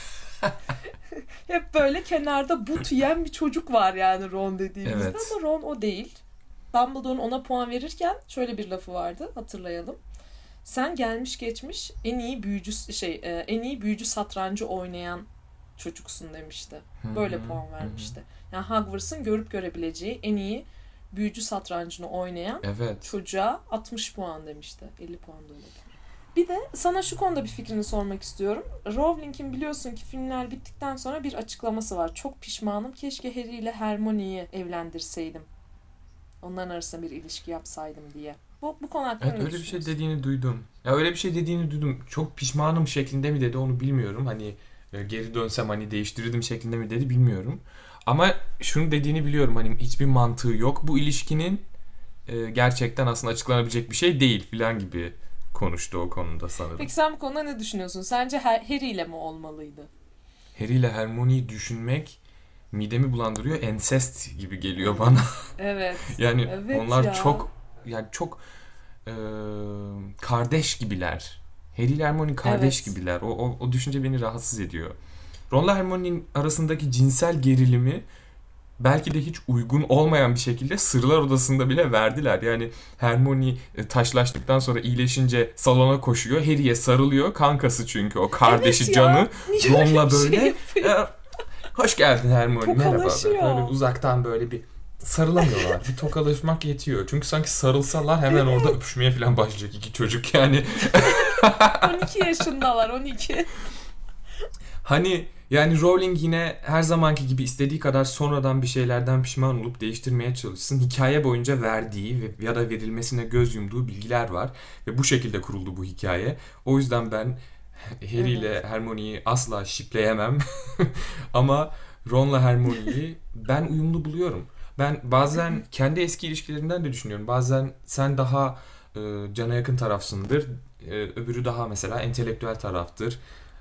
Hep böyle kenarda but yiyen bir çocuk var yani Ron dediğimizde, Evet. ama Ron o değil. Dumbledore'un ona puan verirken şöyle bir lafı vardı, hatırlayalım. Sen gelmiş geçmiş en iyi büyücü şey e, en iyi büyücü satrancı oynayan çocuksun demişti. Böyle Hı hı, puan hı hı. vermişti. Yani Hogwarts'ın görüp görebileceği en iyi büyücü satrancını oynayan Evet. çocuğa altmış puan demişti. elli puan da olabilir. Bir de sana şu konuda bir fikrini sormak istiyorum. Rowling'in biliyorsun ki filmler bittikten sonra bir açıklaması var. Çok pişmanım. Keşke Harry ile Hermione'yi evlendirseydim. Onların arasında bir ilişki yapsaydım diye. Bu, bu konu hakkında Evet, ne öyle bir şey düşünüyorsun? dediğini duydum. Ya öyle bir şey dediğini duydum. Çok pişmanım şeklinde mi dedi onu bilmiyorum. Hani e, geri dönsem hani değiştirirdim şeklinde mi dedi bilmiyorum. Ama şunu dediğini biliyorum. Hani hiçbir mantığı yok. Bu ilişkinin e, gerçekten aslında açıklanabilecek bir şey değil filan gibi konuştu o konuda sanırım. Peki sen bu konuda ne düşünüyorsun? Sence Harry ile mi olmalıydı? Harry ile Hermione'yi düşünmek midemi bulandırıyor. Ensest gibi geliyor bana. Evet. Yani Evet onlar ya. çok yani çok e, kardeş gibiler. Harry ile Hermione kardeş Evet. gibiler. O, o, o düşünce beni rahatsız ediyor. Ron'la Hermione'nin arasındaki cinsel gerilimi belki de hiç uygun olmayan bir şekilde Sırlar Odası'nda bile verdiler. Yani Hermione e, taşlaştıktan sonra iyileşince salona koşuyor. Harry'e sarılıyor. Kankası çünkü o kardeşi Evet ya. canı. Niye Ron'la öyle bir şey böyle yapıyor? e, hoş geldin Hermione merhaba. Tokalaşıyor. Böyle uzaktan böyle bir sarılamıyorlar. Bir tokalaşmak yetiyor. Çünkü sanki sarılsalar hemen orada öpüşmeye falan başlayacak iki çocuk yani. on iki yaşındalar, on iki. Hani yani Rowling yine her zamanki gibi istediği kadar sonradan bir şeylerden pişman olup değiştirmeye çalışsın. Hikaye boyunca verdiği ve ya da verilmesine göz yumduğu bilgiler var. Ve bu şekilde kuruldu bu hikaye. O yüzden ben Harry ile Hermione'yi asla shipleyemem. Ama Ron'la Hermione'yi ben uyumlu buluyorum. Ben bazen kendi eski ilişkilerimden de düşünüyorum. Bazen sen daha e, cana yakın tarafsındır. E, öbürü daha mesela entelektüel taraftır.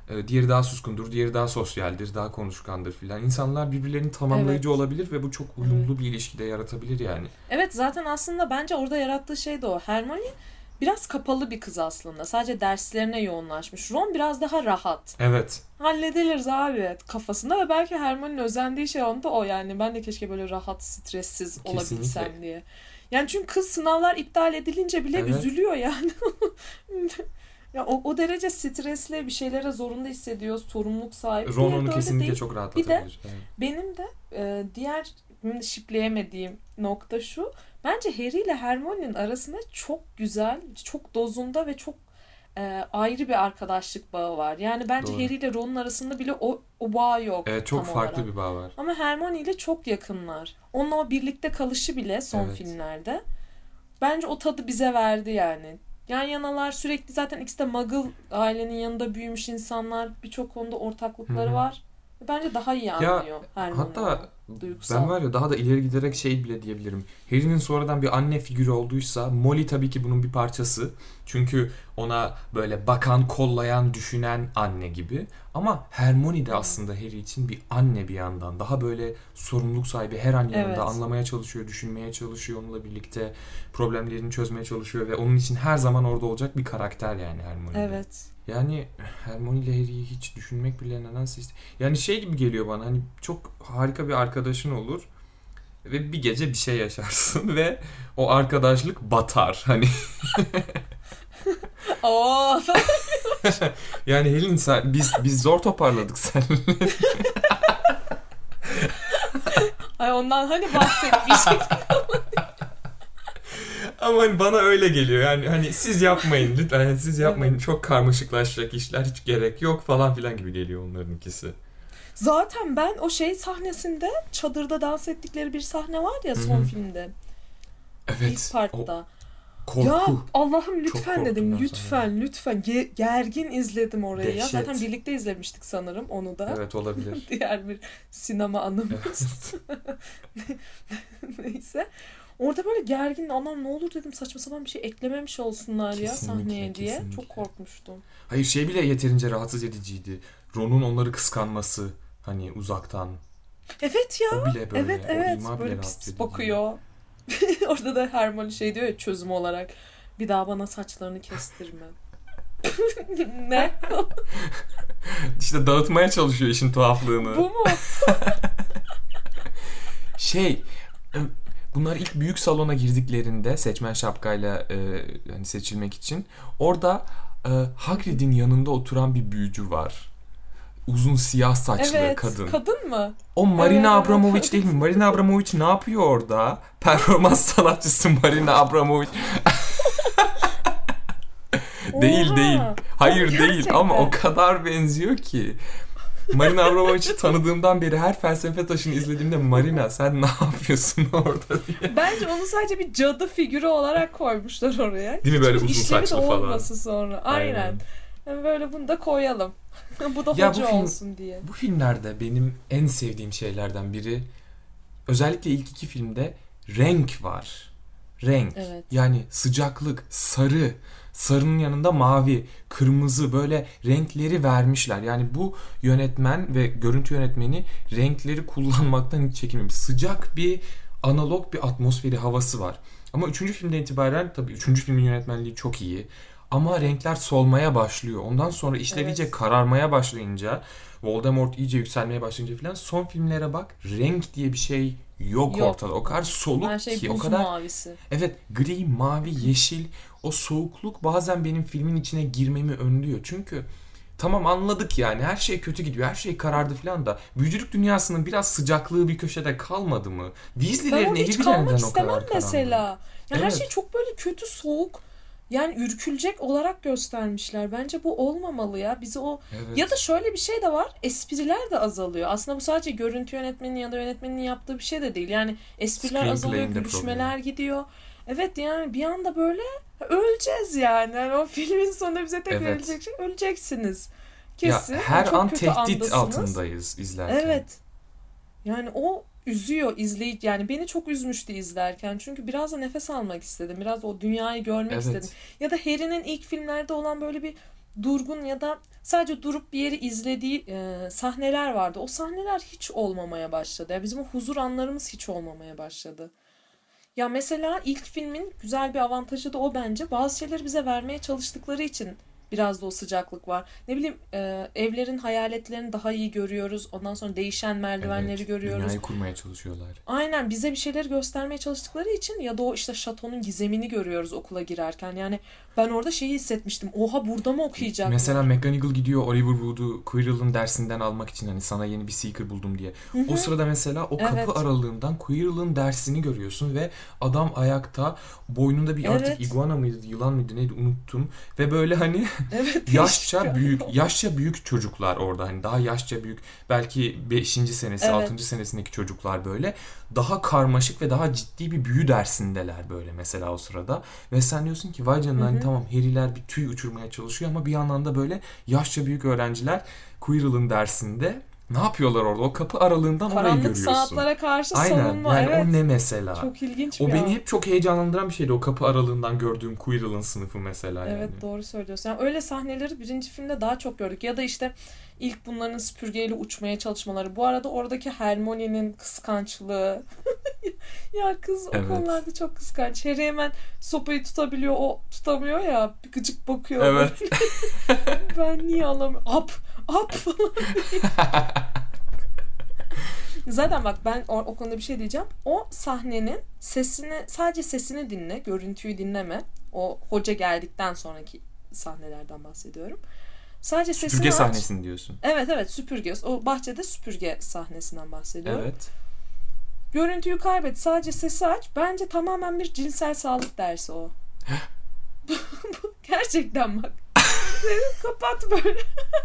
E, diğeri daha suskundur, diğeri daha sosyaldir, daha konuşkandır filan. İnsanlar birbirlerini tamamlayıcı Evet. olabilir ve bu çok uyumlu bir ilişkide yaratabilir yani. Evet, zaten aslında bence orada yarattığı şey de o. Hermione biraz kapalı bir kız aslında. Sadece derslerine yoğunlaşmış. Ron biraz daha rahat. Evet, Hallediliriz abi kafasında ve belki Hermione'nin özendiği şey onda o yani. Ben de keşke böyle rahat, stressiz olabilsem kesinlikle. diye. Yani çünkü kız sınavlar iptal edilince bile Evet. üzülüyor yani. Ya o, o derece stresli, bir şeylere zorunda hissediyor, sorumluluk sahibi. Ron Diğeri onu de öyle kesinlikle değil. çok Bir de rahatlatabilir. Evet. benim de e, diğer şipleyemediğim nokta şu. Bence Harry ile Hermione'nin arasında çok güzel, çok dozunda ve çok e, ayrı bir arkadaşlık bağı var. Yani bence Doğru. Harry ile Ron'un arasında bile o, o bağ yok Evet, çok tam farklı olarak. bir bağ var. Ama Hermione ile çok yakınlar. Onunla o birlikte kalışı bile son Evet. filmlerde. Bence o tadı bize verdi yani. Yan yanalar sürekli, zaten ikisi de Muggle ailenin yanında büyümüş insanlar. Birçok konuda ortaklıkları Hı hı. var. Bence daha iyi Ya anlıyor Hermione hatta onu, ben duygusal. var ya daha da ileri giderek şey bile diyebilirim. Harry'nin sonradan bir anne figürü olduysa Molly tabii ki bunun bir parçası. Çünkü ona böyle bakan, kollayan, düşünen anne gibi. Ama Hermione de Hı. aslında Harry için bir anne bir yandan. Daha böyle sorumluluk sahibi, her an yanında, Evet. anlamaya çalışıyor, düşünmeye çalışıyor, onunla birlikte problemlerini çözmeye çalışıyor ve onun için her zaman orada olacak bir karakter yani Hermione de. Evet. Yani Hermione ile Harry'yi hiç düşünmek bile nedense ist- yani şey gibi geliyor bana, hani çok harika bir arkadaşın olur ve bir gece bir şey yaşarsın ve o arkadaşlık batar. Hani Oo. yani Helin sen, biz biz zor toparladık seninle. Ay ondan hani bahsetmeyecek. Ama hani bana öyle geliyor. Yani hani siz yapmayın lütfen. Yani siz yapmayın. Çok karmaşıklaşacak işler, hiç gerek yok falan filan gibi geliyor onların ikisi. Zaten ben o şey sahnesinde, çadırda dans ettikleri bir sahne var ya Hı son hı. filmde. İlk Evet. O partta. korku. Ya Allah'ım Çok lütfen korktum dedim. ben Lütfen lütfen. Ge- gergin izledim orayı ya. Dehşet. Zaten birlikte izlemiştik sanırım onu da. Evet, olabilir. Diğer bir sinema anımız. Evet. Neyse. Orada böyle gergin, anam ne olur dedim, saçma sapan bir şey eklememiş olsunlar ya Kesinlikle, sahneye diye. kesinlikle. Çok korkmuştum. Hayır, şey bile yeterince rahatsız ediciydi. Ron'un onları kıskanması, hani uzaktan. Evet ya. O bile böyle. Evet O evet. ima bile Böyle rahatsız pis pis edici. bakıyor. Orada da Hermione şey diyor ya çözüm olarak. Bir daha bana saçlarını kestirme. Ne? İşte dağıtmaya çalışıyor işin tuhaflığını. Bu mu? Şey, e, bunlar ilk büyük salona girdiklerinde seçmen şapkayla e, hani seçilmek için orada e, Hagrid'in yanında oturan bir büyücü var. Uzun siyah saçlı Evet. kadın. Kadın mı? O Marina Evet, evet. Abramovic değil mi? Marina Abramovic ne yapıyor orada? Performans sanatçısı Marina Abramovic. Değil Oha. değil. Hayır Ya değil gerçekten. ama o kadar benziyor ki. Marina Abramovic'i tanıdığımdan beri her felsefe taşını izlediğimde Marina sen ne yapıyorsun orada diye. Bence onu sadece bir cadı figürü olarak koymuşlar oraya. Değil mi, böyle Hiçbir uzun işlevi de saçlı falan. olmasın sonra. Aynen. Aynen. Yani böyle bunu da koyalım. Bu da Ya hoca bu film- olsun diye. Bu filmlerde benim en sevdiğim şeylerden biri, özellikle ilk iki filmde renk var. Renk. Evet. Yani sıcaklık, sarı. Sarının yanında mavi, kırmızı, böyle renkleri vermişler. Yani bu yönetmen ve görüntü yönetmeni renkleri kullanmaktan hiç çekinmemiş. Sıcak bir, analog bir atmosferi, havası var. Ama üçüncü filmden itibaren, tabii üçüncü filmin yönetmenliği çok iyi. Ama renkler solmaya başlıyor. Ondan sonra işler Evet. iyice kararmaya başlayınca, Voldemort iyice yükselmeye başlayınca falan, son filmlere bak, renk diye bir şey yok, Yok. ortada. O kadar soluk Her şey ki, o buz kadar mavisi. evet, gri, mavi, yeşil, o soğukluk bazen benim filmin içine girmemi önlüyor. Çünkü tamam, anladık yani, her şey kötü gidiyor, her şey karardı falan da büyücülük dünyasının biraz sıcaklığı bir köşede kalmadı mı? Ben Weasley'lerin orada evi hiç bile kalmak neden o istemem kadar karanlık? mesela. Ya her Evet. şey çok böyle kötü, soğuk. Yani ürkülecek olarak göstermişler. Bence bu olmamalı ya. Bizi o Evet. ya da şöyle bir şey de var. Espriler de azalıyor. Aslında bu sadece görüntü yönetmeninin ya da yönetmenin yaptığı bir şey de değil. Yani espriler Screenplay'in azalıyor, de gülüşmeler problemi. gidiyor. Evet yani bir anda böyle öleceğiz yani. Yani o filmin sonunda bize tek Evet. verilecek şey, öleceksiniz. Ya Kesin. her Çok an kötü tehdit andasınız. altındayız izlerken. Evet. Yani o üzüyor izleyici. Yani beni çok üzmüştü izlerken. Çünkü biraz da nefes almak istedim. Biraz o dünyayı görmek Evet. istedim. Ya da Harry'nin ilk filmlerde olan böyle bir durgun ya da sadece durup bir yeri izlediği e, sahneler vardı. O sahneler hiç olmamaya başladı. Ya bizim o huzur anlarımız hiç olmamaya başladı. Ya mesela ilk filmin güzel bir avantajı da o bence. Bazı şeyleri bize vermeye çalıştıkları için biraz da o sıcaklık var. Ne bileyim e, evlerin hayaletlerini daha iyi görüyoruz. Ondan sonra değişen merdivenleri Evet, görüyoruz. dünyayı kurmaya çalışıyorlar. Aynen, bize bir şeyler göstermeye çalıştıkları için ya da o işte şatonun gizemini görüyoruz okula girerken. Yani ben orada şeyi hissetmiştim. Oha, burada mı okuyacaklar? Mesela McGonagall gidiyor Oliver Wood'u Quirrell'ın dersinden almak için, hani sana yeni bir Seeker buldum diye. Hı hı. O sırada mesela o kapı Evet. aralığından Quirrell'ın dersini görüyorsun ve adam ayakta, boynunda bir artık Evet. iguana mıydı, yılan mıydı neydi unuttum. Ve böyle hani Evet, yaşça değişik. büyük, yaşça büyük çocuklar orada, hani daha yaşça büyük, belki beşinci senesi, Evet. altıncı senesindeki çocuklar böyle daha karmaşık ve daha ciddi bir büyü dersindeler böyle mesela o sırada. Ve sen diyorsun ki vay canına, Hı hani hı. tamam Harry'ler bir tüy uçurmaya çalışıyor ama bir yandan da böyle yaşça büyük öğrenciler Quirrell'ın dersinde ne yapıyorlar orada? O kapı aralığından orayı Karanlık görüyorsun. sanatlara karşı Aynen, savunma. yani Evet. o ne mesela? Çok ilginç O bir beni an. hep çok heyecanlandıran bir şeydi, o kapı aralığından gördüğüm Quirrell'ın sınıfı mesela yani. Evet, doğru söylüyorsun. Yani öyle sahneleri birinci filmde daha çok gördük. Ya da işte ilk bunların süpürgeyle uçmaya çalışmaları. Bu arada oradaki Hermione'nin kıskançlığı. Ya kız o Evet. konularda çok kıskanç. Harry hemen sopayı tutabiliyor, o tutamıyor ya. Bir gıcık bakıyor. Evet. Ben niye alamıyorum? Ap! Ap! falan diye. Zaten bak, ben o, o konuda bir şey diyeceğim. O sahnenin sesini, sadece sesini dinle, görüntüyü dinleme. O hoca geldikten sonraki sahnelerden bahsediyorum. Sadece sesini Süpürge aç. sahnesini diyorsun. Evet evet, süpürge. O bahçede süpürge sahnesinden bahsediyorum. Evet. Görüntüyü kaybet, sadece sesi aç. Bence tamamen bir cinsel sağlık dersi o. Gerçekten bak. Kapat böyle.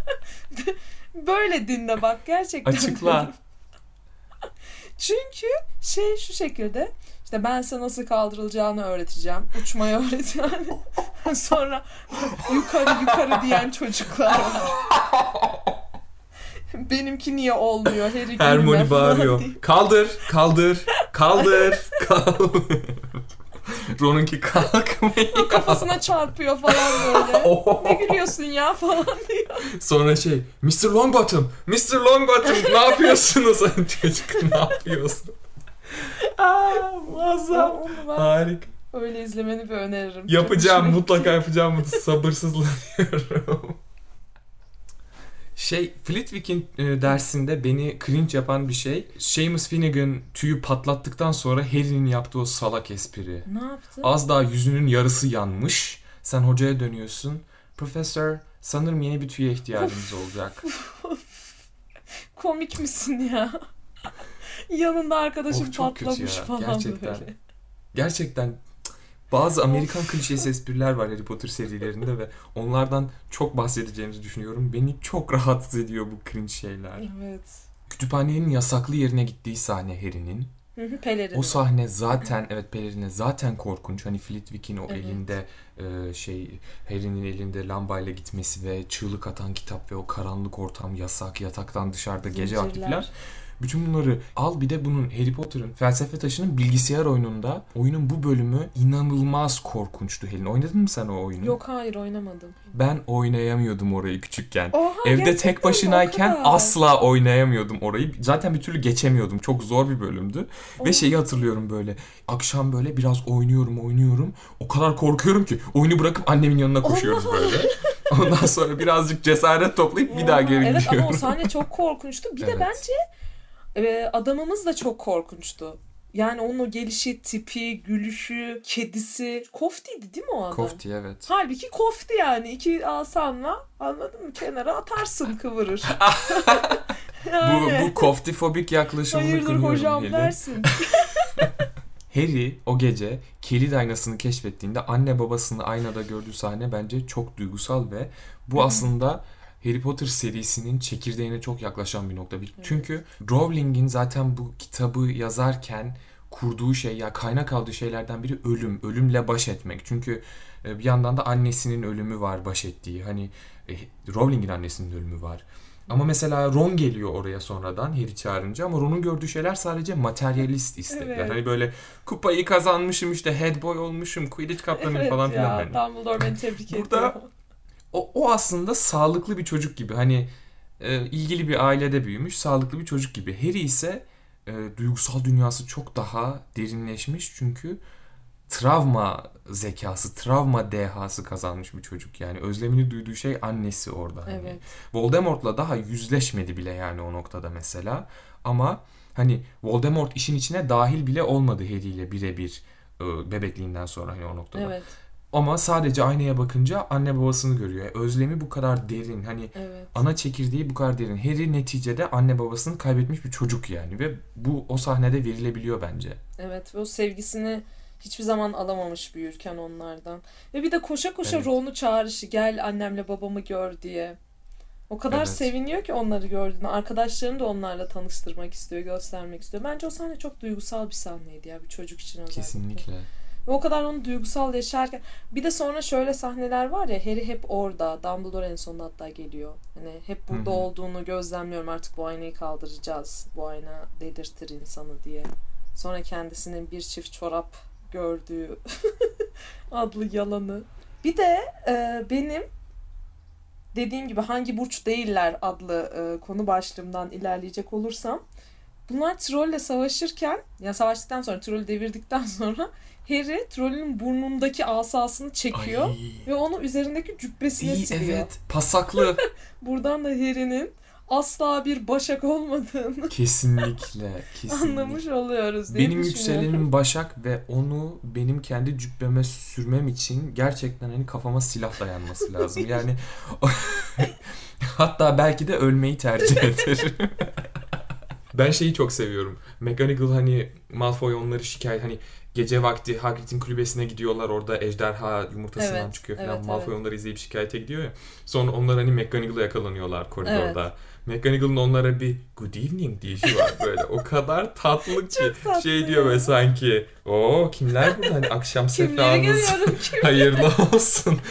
Böyle dinle bak, gerçekten. Açıkla. Çünkü şey şu şekilde, işte ben sana nasıl kaldırılacağını öğreteceğim. Uçmayı öğreteceğim. Sonra yukarı yukarı diyen çocuklar var. Benimki niye olmuyor? Harry gülme Hermione falan bağırıyor. diye. Kaldır, kaldır, kaldır, kaldır. Ron'unki kalkmıyor. Kafasına çarpıyor falan böyle. Ne gülüyorsun ya falan diyor. Sonra şey, mister Longbottom, mister Longbottom ne yapıyorsunuz? Çocuk ne yapıyorsun? Aa, muazzam. Onu ben Harika. öyle izlemeni bir öneririm. Yapacağım, Çok mutlaka hoşuma yapacağım bunu. Sabırsızlanıyorum. Şey, Flitwick'in e, dersinde beni cringe yapan bir şey, Seamus Finnegan tüyü patlattıktan sonra Harry'nin yaptığı o salak espri. gitti. Ne yaptı? Az daha yüzünün yarısı yanmış. Sen hocaya dönüyorsun. Profesör, sanırım yeni bir tüye ihtiyacımız olacak. Komik misin ya? Yanında arkadaşım Of, çok kötü patlamış ya, falan gerçekten. böyle. Gerçekten bazı Amerikan klişesi espriler var Harry Potter serilerinde ve onlardan çok bahsedeceğimizi düşünüyorum. Beni çok rahatsız ediyor bu cringe şeyler. Evet. Kütüphanenin yasaklı yerine gittiği sahne Harry'nin. Hı hı, pelerin. O sahne zaten, evet, pelerine zaten korkunç. Hani Flitwick'in o Evet. elinde e, şey, Harry'nin elinde lambayla gitmesi ve çığlık atan kitap ve o karanlık ortam, yasak, yataktan dışarıda gece vakti Zincirler. falan. Bütün bunları al, bir de bunun Harry Potter'ın Felsefe Taşı'nın bilgisayar oyununda, oyunun bu bölümü inanılmaz korkunçtu Helin. Oynadın mı sen o oyunu? Yok, hayır, oynamadım. Ben oynayamıyordum orayı küçükken. Oha, Evde gerçekten tek mi? O başınayken kadar. asla oynayamıyordum orayı. Zaten bir türlü geçemiyordum. Çok zor bir bölümdü. Oha. Ve şeyi hatırlıyorum böyle. Akşam böyle biraz oynuyorum oynuyorum. O kadar korkuyorum ki oyunu bırakıp annemin yanına koşuyoruz böyle. Ondan sonra birazcık cesaret toplayıp bir daha geri Evet, gidiyorum. ama o sahne çok korkunçtu. Bir Evet. de bence e, adamımız da çok korkunçtu. Yani onun o gelişi, tipi, gülüşü, kedisi. Koftiydi değil mi o adam? Kofti, evet. Halbuki kofti yani. İki asanla, anladın mı? Kenara atarsın, kıvırır. Bu, bu koftifobik yaklaşımını hayırdır kınıyorum hocam Helin. dersin. Harry o gece kilit aynasını keşfettiğinde anne babasını aynada gördüğü sahne bence çok duygusal ve bu aslında Harry Potter serisinin çekirdeğine çok yaklaşan bir nokta. Bir- Çünkü Rowling'in zaten bu kitabı yazarken kurduğu şey, ya kaynak aldığı şeylerden biri ölüm, ölümle baş etmek. Çünkü e, bir yandan da annesinin ölümü var baş ettiği. Hani e, Rowling'in annesinin ölümü var. Ama mesela Ron geliyor oraya sonradan Harry çağırınca, ama Ron'un gördüğü şeyler sadece materyalist istekler. Evet. Hani böyle kupayı kazanmışım, işte head boy olmuşum, Quidditch kaptanıyım Evet falan ya, filan. Hani. Dumbledore beni tebrik Burada- ediyor. o, o aslında sağlıklı bir çocuk gibi. Hani e, ilgili bir ailede büyümüş, sağlıklı bir çocuk gibi. Harry ise e, duygusal dünyası çok daha derinleşmiş çünkü travma zekası, travma dehası kazanmış bir çocuk yani. Özlemini duyduğu şey annesi orada. Hani. Evet. Voldemort'la daha yüzleşmedi bile yani o noktada mesela. Ama hani Voldemort işin içine dahil bile olmadı Harry ile birebir e, bebekliğinden sonra hani o noktada. Evet. Ama sadece aynaya bakınca anne babasını görüyor. Özlemi bu kadar derin. Hani Evet. ana çekirdeği bu kadar derin. Harry neticede anne babasını kaybetmiş bir çocuk yani. Ve bu o sahnede verilebiliyor bence. Evet ve o sevgisini hiçbir zaman alamamış büyürken onlardan. Ve bir de koşa koşa Evet. Ron'u çağrışı, gel annemle babamı gör diye. O kadar Evet. seviniyor ki onları gördüğünde. Arkadaşlarını da onlarla tanıştırmak istiyor, göstermek istiyor. Bence o sahne çok duygusal bir sahneydi ya, bir çocuk için özellikle. Kesinlikle. Ve o kadar onu duygusal yaşarken. Bir de sonra şöyle sahneler var ya, Harry hep orada. Dumbledore en sonunda hatta geliyor. Hani hep burada Hı hı. olduğunu gözlemliyorum, artık bu aynayı kaldıracağız. Bu ayna delirtir insanı diye. Sonra kendisinin bir çift çorap gördüğü adlı yalanı. Bir de e, benim dediğim gibi hangi burç değiller adlı e, konu başlığımdan ilerleyecek olursam, bunlar trolle savaşırken, ya savaştıktan sonra, trolü devirdikten sonra Harry trollün burnundaki asasını çekiyor Ay. ve onu üzerindeki cübbesine İyi, siliyor. evet. Pasaklı. Buradan da Harry'nin asla bir başak olmadığını Kesinlikle. Kesinlikle. anlamış oluyoruz diye Benim düşünüyorum. yükselenim Başak ve onu benim kendi cübbeme sürmem için gerçekten hani kafama silah dayanması lazım. Yani hatta belki de ölmeyi tercih ederim. Ben şeyi çok seviyorum. McGonagall hani Malfoy onları şikayet hani gece vakti Hagrid'in kulübesine gidiyorlar. Orada ejderha yumurtasından Evet, çıkıyor falan. evet, Malfoy evet. onları izleyip şikayete gidiyor ya. Sonra onlar hani McGonagall'a yakalanıyorlar koridorda. McGonagall'ın onlara bir good evening diyişi var böyle. O kadar tatlı ki. Çok tatlı Şey diyor ya. ve sanki o kimler burada hani akşam Kimleri sefanız görüyorum kim? hayırlı olsun.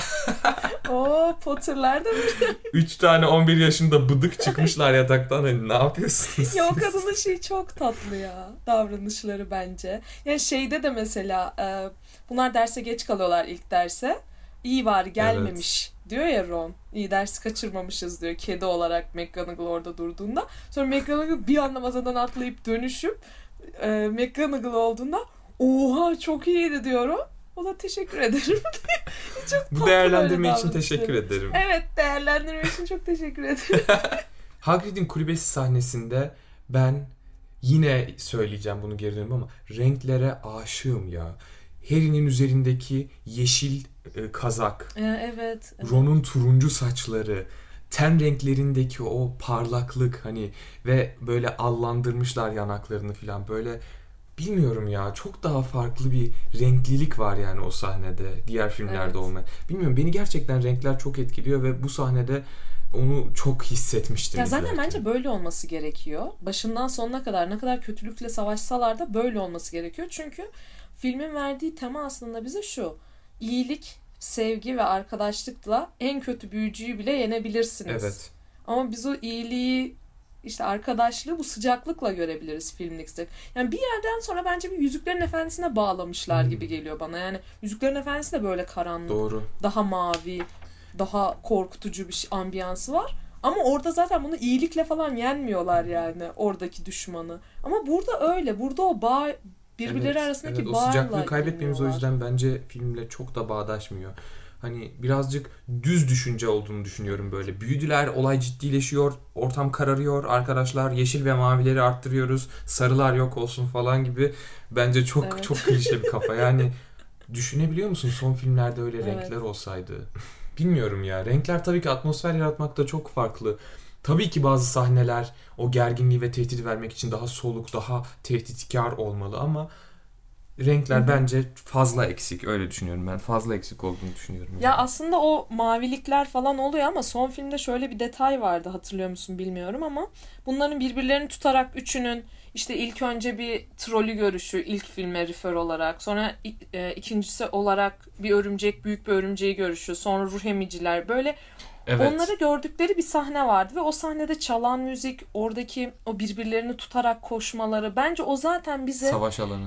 Oo, Potter'lar da mı? Üç tane on bir yaşında bıdık çıkmışlar yataktan hani ne yapıyorsunuz Ya o siz? kadının şeyi çok tatlı ya. Davranışları bence. Yani şeyde de mesela e, bunlar derse geç kalıyorlar ilk derse. İyi var gelmemiş diyor ya Ron. İyi ders kaçırmamışız diyor kedi olarak McGonagall orada durduğunda. Sonra McGonagall bir anda masadan atlayıp dönüşüp e, McGonagall olduğunda oha çok iyiydi diyorum. O da teşekkür ederim. Çok tatlı Bu değerlendirme böyle için teşekkür davranışları. ederim. Evet, değerlendirme için çok teşekkür ederim. Hagrid'in kulübesi sahnesinde ben yine söyleyeceğim bunu geri dönüp ama renklere aşığım ya. Harry'nin üzerindeki yeşil e, kazak, Ee, evet. evet. Ron'un turuncu saçları, ten renklerindeki o parlaklık hani ve böyle allandırmışlar yanaklarını falan böyle bilmiyorum ya çok daha farklı bir renklilik var yani o sahnede diğer filmlerde Evet. olmayan. Bilmiyorum beni gerçekten renkler çok etkiliyor ve bu sahnede onu çok hissetmiştim. Ya zaten izlerken. bence böyle olması gerekiyor. Başından sonuna kadar ne kadar kötülükle savaşsalar da böyle olması gerekiyor. Çünkü filmin verdiği tema aslında bize şu: İyilik, sevgi ve arkadaşlıkla en kötü büyücüyü bile yenebilirsiniz. Evet. Ama biz o iyiliği, işte arkadaşlığı bu sıcaklıkla görebiliriz filmlikte. Yani bir yerden sonra bence bir Yüzüklerin Efendisi'ne bağlamışlar Hmm. gibi geliyor bana. Yani Yüzüklerin Efendisi de böyle karanlık, Doğru. daha mavi, daha korkutucu bir şey- ambiyansı var. Ama orada zaten bunu iyilikle falan yenmiyorlar yani oradaki düşmanı. Ama burada öyle. Burada o bağ, birbirleri Evet, arasındaki evet. O bağla sıcaklığı kaybetmemiz o yeniyorlar. yüzden bence filmle çok da bağdaşmıyor. Hani birazcık düz düşünce olduğunu düşünüyorum böyle. Büyüdüler, olay ciddileşiyor, ortam kararıyor, arkadaşlar yeşil ve mavileri arttırıyoruz, sarılar yok olsun falan gibi. Bence çok Evet. çok klişe bir kafa. Yani düşünebiliyor musun son filmlerde öyle Evet. renkler olsaydı? Bilmiyorum ya. Renkler tabii ki atmosfer yaratmakta çok farklı. Tabii ki bazı sahneler o gerginliği ve tehdidi vermek için daha soluk, daha tehditkar olmalı ama renkler Hı hı. bence fazla eksik. Öyle düşünüyorum ben. Fazla eksik olduğunu düşünüyorum. Ya yani. aslında o mavilikler falan oluyor ama son filmde şöyle bir detay vardı, hatırlıyor musun bilmiyorum ama bunların birbirlerini tutarak üçünün işte ilk önce bir trolü görüşü, ilk filme refer olarak, sonra e, ikincisi olarak bir örümcek, büyük bir örümceği görüşü, sonra ruh emiciler, böyle Evet. onları gördükleri bir sahne vardı ve o sahnede çalan müzik, oradaki o birbirlerini tutarak koşmaları, bence o zaten bize Savaş alanında. hem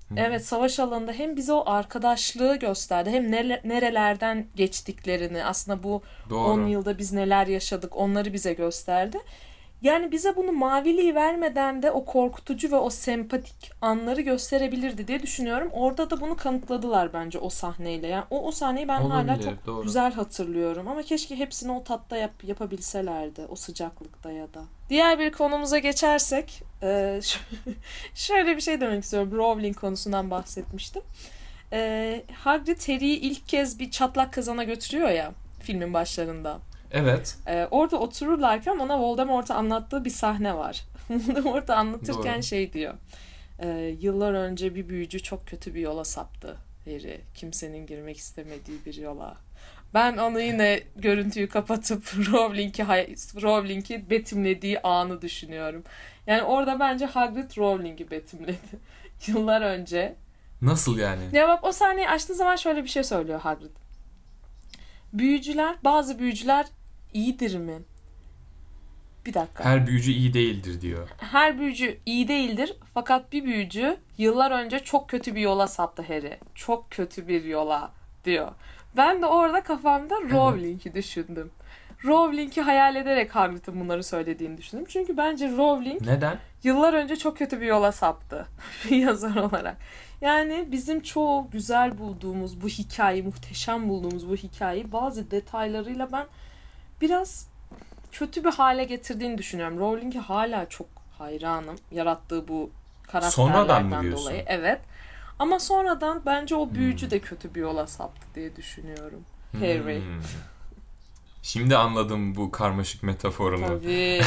Evet, savaş alanında hem bize o arkadaşlığı gösterdi, hem nere- nerelerden geçtiklerini, aslında bu Doğru. on yılda biz neler yaşadık onları bize gösterdi. Yani bize bunu maviliği vermeden de o korkutucu ve o sempatik anları gösterebilirdi diye düşünüyorum. Orada da bunu kanıtladılar bence o sahneyle. Yani o, o sahneyi ben hala Olabilir, çok doğru. güzel hatırlıyorum. Ama keşke hepsini o tatta yap, yapabilselerdi. O sıcaklıkta ya da. Diğer bir konumuza geçersek e, şöyle bir şey demek istiyorum. Rowling konusundan bahsetmiştim. E, Hagrid Harry'i ilk kez bir çatlak kazana götürüyor ya filmin başlarında. Evet. Ee, orada otururlarken ona Voldemort'u anlattığı bir sahne var. Voldemort'u anlatırken Doğru. şey diyor. E, yıllar önce bir büyücü çok kötü bir yola saptı Harry. Kimsenin girmek istemediği bir yola. Ben onu yine görüntüyü kapatıp Rowling'i, Rowling'i betimlediği anı düşünüyorum. Yani orada bence Hagrid Rowling'i betimledi. Yıllar önce. Nasıl yani? Ya bak, o sahneyi açtığı zaman şöyle bir şey söylüyor Hagrid. Büyücüler, bazı büyücüler iyidir mi? Bir dakika. Her büyücü iyi değildir diyor. Her büyücü iyi değildir, fakat bir büyücü yıllar önce çok kötü bir yola saptı Harry. Çok kötü bir yola diyor. Ben de orada kafamda Rowling'i düşündüm. Rowling'i hayal ederek Hagrid'in bunları söylediğini düşündüm. Çünkü bence Rowling Neden? yıllar önce çok kötü bir yola saptı bir yazar olarak. Yani bizim çoğu güzel bulduğumuz bu hikayeyi, muhteşem bulduğumuz bu hikayeyi bazı detaylarıyla ben biraz kötü bir hale getirdiğini düşünüyorum. Rowling'e hala çok hayranım. Yarattığı bu Sonradan mı karakterlerden diyorsun? dolayı. Evet. Ama sonradan bence o büyücü de kötü bir yola saptı diye düşünüyorum. Harry. Hmm. Şimdi anladım bu karmaşık metaforunu. Tabii.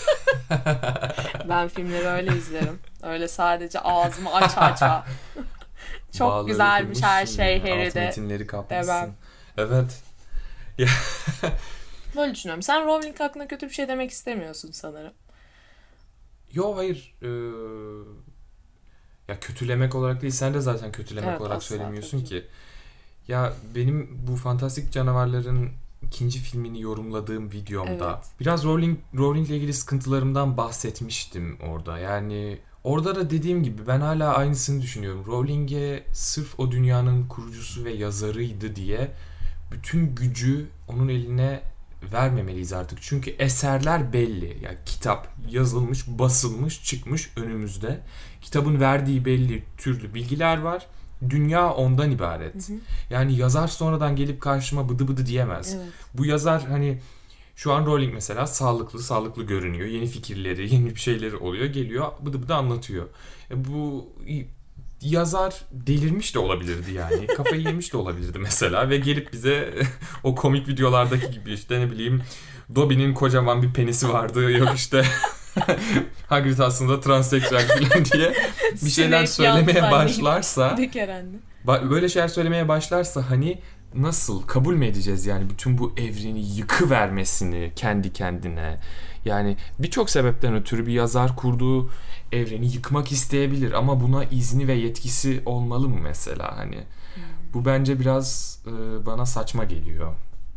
Ben filmleri öyle izlerim. Öyle sadece ağzımı aç aça. Çok Bağları güzelmiş her kurmuşsun şey ya, alt Harry'de. metinleri kapmışsın. Devam. Evet. Böyle düşünüyorum. Sen Rowling hakkında kötü bir şey demek istemiyorsun sanırım. Yo hayır. Ee, ya kötülemek olarak değil. Sen de zaten kötülemek Evet, olarak asla söylemiyorsun tabii. ki. Ya benim bu Fantastik Canavarların ikinci filmini yorumladığım videomda Evet. biraz Rowling Rowling'le ilgili sıkıntılarımdan bahsetmiştim orada. Yani orada da dediğim gibi ben hala aynısını düşünüyorum. Rowling'e sırf o dünyanın kurucusu ve yazarıydı diye bütün gücü onun eline vermemeliyiz artık. Çünkü eserler belli. Yani kitap yazılmış, basılmış, çıkmış önümüzde. Kitabın verdiği belli türlü bilgiler var. Dünya ondan ibaret. Hı hı. Yani yazar sonradan gelip karşıma bıdı bıdı diyemez. Evet. Bu yazar hani şu an Rowling mesela sağlıklı sağlıklı görünüyor. Yeni fikirleri, yeni bir şeyleri oluyor. Geliyor bıdı bıdı anlatıyor. E bu yazar delirmiş de olabilirdi yani. Kafayı yemiş de olabilirdi mesela. Ve gelip bize o komik videolardaki gibi işte ne bileyim Dobby'nin kocaman bir penisi vardı. Yok işte Hagrid aslında transseksüel falan diye bir şeyler Sinek yan söylemeye sahne. başlarsa Diker anne. ba- böyle şeyler söylemeye başlarsa hani nasıl kabul mü edeceğiz yani bütün bu evreni yıkıvermesini kendi kendine? Yani birçok sebepten ötürü bir yazar kurduğu evreni yıkmak isteyebilir ama buna izni ve yetkisi olmalı mı mesela hani? Bu bence biraz e, bana saçma geliyor.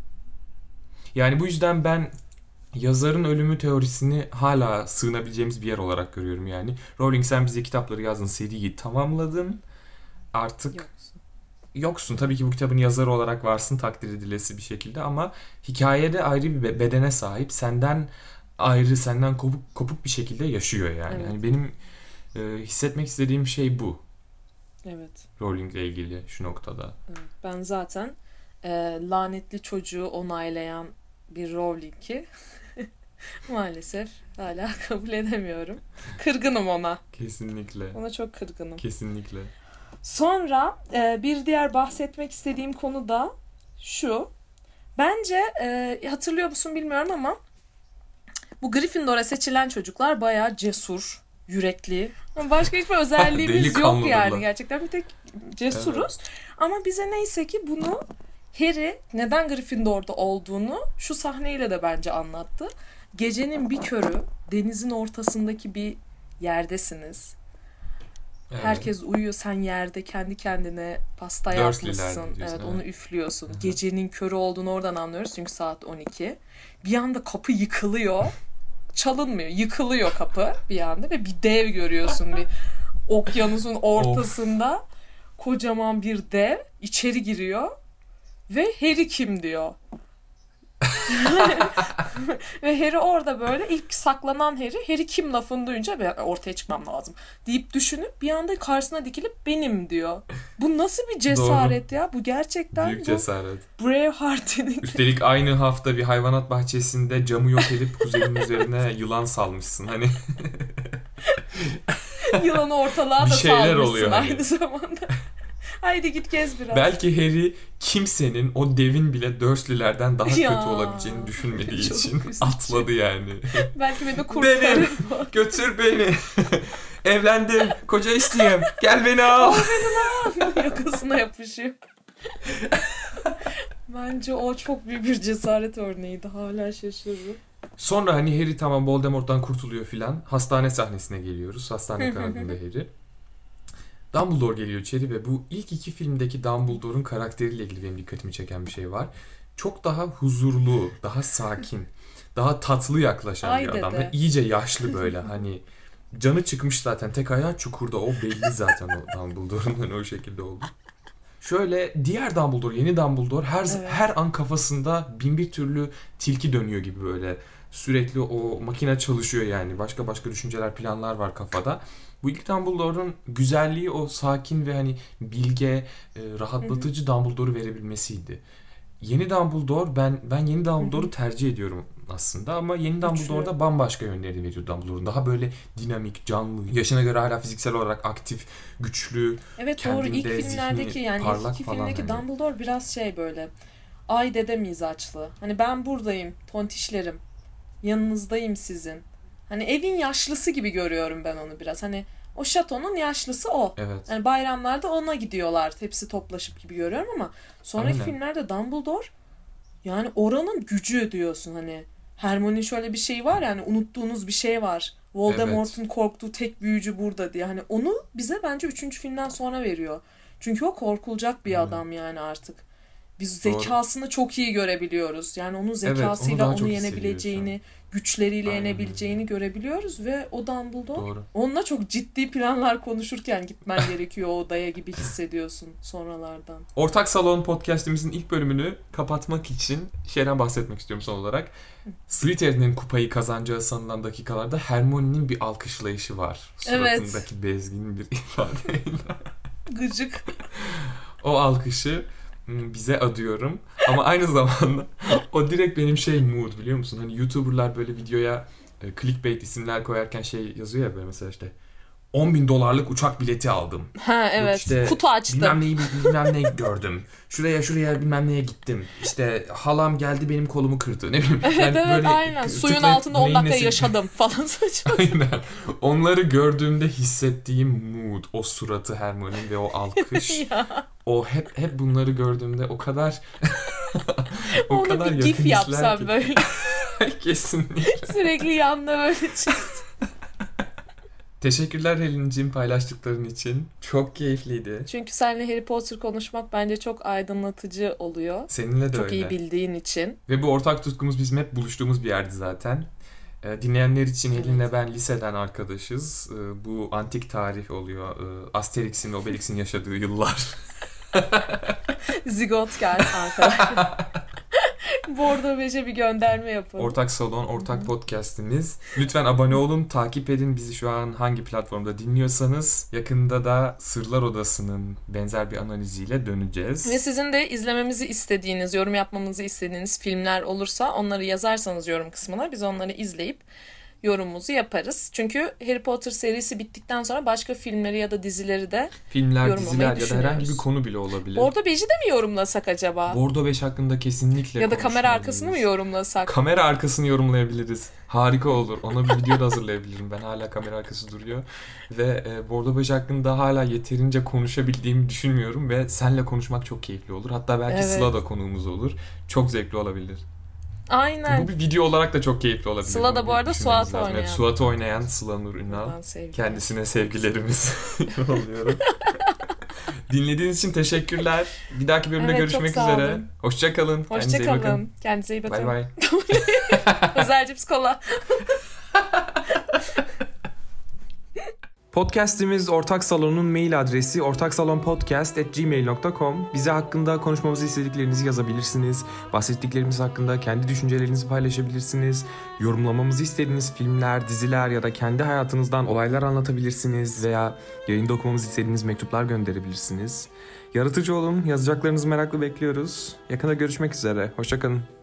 Yani bu yüzden ben yazarın ölümü teorisini hala sığınabileceğimiz bir yer olarak görüyorum yani. Rowling sen bize kitapları yazdın, seriyi tamamladın. Artık Yoksun. yoksun. Tabii ki bu kitabın yazarı olarak varsın takdir edilesi bir şekilde ama hikayede ayrı bir be- bedene sahip. Senden ayrı, senden kopuk, kopuk bir şekilde yaşıyor yani. Evet. Yani benim e, hissetmek istediğim şey bu. Evet. Rowling'le ilgili şu noktada. Evet. Ben zaten e, lanetli çocuğu onaylayan bir Rowling'i maalesef hala kabul edemiyorum. Kırgınım ona. Kesinlikle. Ona çok kırgınım. Kesinlikle. Sonra e, bir diğer bahsetmek istediğim konu da şu. Bence e, hatırlıyor musun bilmiyorum ama bu Gryffindor'a seçilen çocuklar bayağı cesur, yürekli. Ama başka hiçbir özelliğimiz yok Delikanlıdırlar. yani gerçekten. Bir tek cesuruz. Ama bize neyse ki bunu Harry neden Gryffindor'da olduğunu şu sahneyle de bence anlattı. Gecenin bir körü denizin ortasındaki bir yerdesiniz. Evet. Herkes uyuyor, sen yerde kendi kendine pasta Dursley'ler yapmışsın. diyorsun, Evet, evet. onu üflüyorsun. Gecenin körü olduğunu oradan anlıyoruz çünkü saat on iki. Bir anda kapı yıkılıyor. Çalınmıyor, yıkılıyor kapı bir anda ve bir dev görüyorsun. Bir okyanusun ortasında kocaman bir dev içeri giriyor ve Harry kim diyor. Ve Harry orada böyle ilk saklanan Harry, Harry kim lafını duyunca ortaya çıkmam lazım deyip düşünüp bir anda karşısına dikilip benim diyor. Bu nasıl bir cesaret ya? Bu gerçekten büyük cesaret. Braveheart'ın. Üstelik aynı hafta bir hayvanat bahçesinde camı yok edip kuzenin üzerine yılan salmışsın. Hani yılanı ortalığa da salmışsın oluyor aynı hani. zamanda. Haydi git gez biraz. Belki Harry kimsenin o devin bile Dursley'lerden daha ya, kötü olabileceğini düşünmediği için üzücü. Atladı yani. Belki beni kurtarır. Benim, götür beni. Evlendim, koca isteyeyim. Gel beni al. Al beni lan. Yakasına yapışıyor. Bence o çok büyük bir cesaret örneğiydi. Hala şaşırırım. Sonra hani Harry tamam Voldemort'tan kurtuluyor filan. Hastane sahnesine geliyoruz. Hastane kanadında Harry. Dumbledore geliyor içeri ve bu ilk iki filmdeki Dumbledore'un karakteriyle ilgili benim dikkatimi çeken bir şey var. Çok daha huzurlu, daha sakin, daha tatlı yaklaşan Ay bir dede. adam. Ve iyice yaşlı böyle hani canı çıkmış zaten. Tek ayağı çukurda, o belli zaten o Dumbledore'un hani o şekilde oldu. Şöyle diğer Dumbledore, yeni Dumbledore her evet. her an kafasında bin bir türlü tilki dönüyor gibi böyle. Sürekli o makine çalışıyor yani. Başka başka düşünceler, planlar var kafada. Bu ilk Dumbledore'un güzelliği o sakin ve hani bilge, rahatlatıcı Dumbledore'u verebilmesiydi. Yeni Dumbledore, ben ben yeni Dumbledore'u tercih ediyorum aslında ama yeni Dumbledore'da bambaşka yönlerini veriyor Dumbledore'un. Daha böyle dinamik, canlı, yaşına göre hala fiziksel olarak aktif, güçlü, evet doğru, ilk filmlerdeki yani ilk iki filmdeki hani. Dumbledore biraz şey böyle ay dede mizaçlı. Hani ben buradayım tontişlerim, yanınızdayım sizin. Hani evin yaşlısı gibi görüyorum ben onu biraz. Hani o şatonun yaşlısı o. Evet. Yani bayramlarda ona gidiyorlar. Hepsi toplaşıp gibi görüyorum ama sonraki Aynen. filmlerde Dumbledore yani oranın gücü diyorsun hani. Hermione'nin şöyle bir şey var yani unuttuğunuz bir şey var. Voldemort'un evet. korktuğu tek büyücü burada diye. Hani onu bize bence üçüncü filmden sonra veriyor. Çünkü o korkulacak bir hmm. adam yani artık. Biz zekasını Doğru. çok iyi görebiliyoruz. Yani onun zekasıyla evet, onu, onu yenebileceğini, güçleriyle Aynen. yenebileceğini görebiliyoruz ve o Dumbledore Doğru. onunla çok ciddi planlar konuşurken gitmen gerekiyor o odaya gibi hissediyorsun sonralardan. Ortak Salon podcast'imizin ilk bölümünü kapatmak için şeyden bahsetmek istiyorum son olarak. Slytherin'in kupayı kazanacağı sanılan dakikalarda Hermione'nin bir alkışlayışı var. Suratındaki evet. bezgin bir ifadeyle. Gıcık. O alkışı bize adıyorum. Ama aynı zamanda o direkt benim şey mood biliyor musun? Hani YouTuber'lar böyle videoya e, clickbait isimler koyarken şey yazıyor ya böyle mesela işte on bin dolarlık uçak bileti aldım. Ha evet. İşte, kutu açtım. Bilmem neyi bilmem neyi gördüm. Şuraya şuraya bilmem neye gittim. İşte halam geldi benim kolumu kırdı. Ne bileyim. Evet yani evet aynen. Suyun altında on dakika nesi... yaşadım falan saçma. Aynen. Onları gördüğümde hissettiğim mood, o suratı Hermione'nin ve o alkış. O hep hep bunları gördüğümde o kadar o Onu kadar bir gif yapsam ki. böyle. Kesinlikle. Sürekli yanında böyle çıktı. Teşekkürler Helin'ciğim paylaştıkların için. Çok keyifliydi. Çünkü seninle Harry Potter konuşmak bence çok aydınlatıcı oluyor. Seninle de çok öyle. Çok iyi bildiğin için. Ve bu ortak tutkumuz bizim hep buluştuğumuz bir yerdi zaten. Ee, dinleyenler için evet. Helin'le ben liseden arkadaşız. Ee, bu antik tarih oluyor. Ee, Asterix'in ve Obelix'in yaşadığı yıllar. Zigot geldi arkadaşlar. Bordo beşe bir gönderme yapın. Ortak Salon, ortak Hı-hı. podcast'imiz. Lütfen abone olun, takip edin bizi şu an hangi platformda dinliyorsanız. Yakında da Sırlar Odası'nın benzer bir analiziyle döneceğiz. Ve sizin de izlememizi istediğiniz, yorum yapmamızı istediğiniz filmler olursa onları yazarsanız yorum kısmına biz onları izleyip yorumumuzu yaparız. Çünkü Harry Potter serisi bittikten sonra başka filmleri ya da dizileri de Filmler, diziler ya da herhangi bir konu bile olabilir. Bordo beşi de mi yorumlasak acaba? Bordo beş hakkında kesinlikle ya da kamera arkasını mı yorumlasak? Kamera arkasını yorumlayabiliriz. Harika olur. Ona bir video da hazırlayabilirim. Ben hala kamera arkası duruyor. Ve e, Bordo beş hakkında hala yeterince konuşabildiğimi düşünmüyorum ve seninle konuşmak çok keyifli olur. Hatta belki evet. Sıla da konuğumuz olur. Çok zevkli olabilir. Aynen. Bu bir video olarak da çok keyifli olabilir. Sıla da bu arada Suat oynayan. Evet, Suat'ı oynayan Sıla Nur Ünal. Kendisine sevgilerimiz yolluyorum. Dinlediğiniz için teşekkürler. Bir dahaki bölümde evet, görüşmek üzere. Hoşça kalın. Hoşça kalın. Kendinize iyi bakın. Bay bay. Özel cips kola. Podcast'imiz Ortak Salon'un mail adresi ortaksalonpodcast at gmail dot com. Bize hakkında konuşmamızı istediklerinizi yazabilirsiniz. Bahsettiklerimiz hakkında kendi düşüncelerinizi paylaşabilirsiniz. Yorumlamamızı istediğiniz filmler, diziler ya da kendi hayatınızdan olaylar anlatabilirsiniz. Veya yayında okumamızı istediğiniz mektuplar gönderebilirsiniz. Yaratıcı olun, yazacaklarınızı merakla bekliyoruz. Yakında görüşmek üzere, hoşça kalın.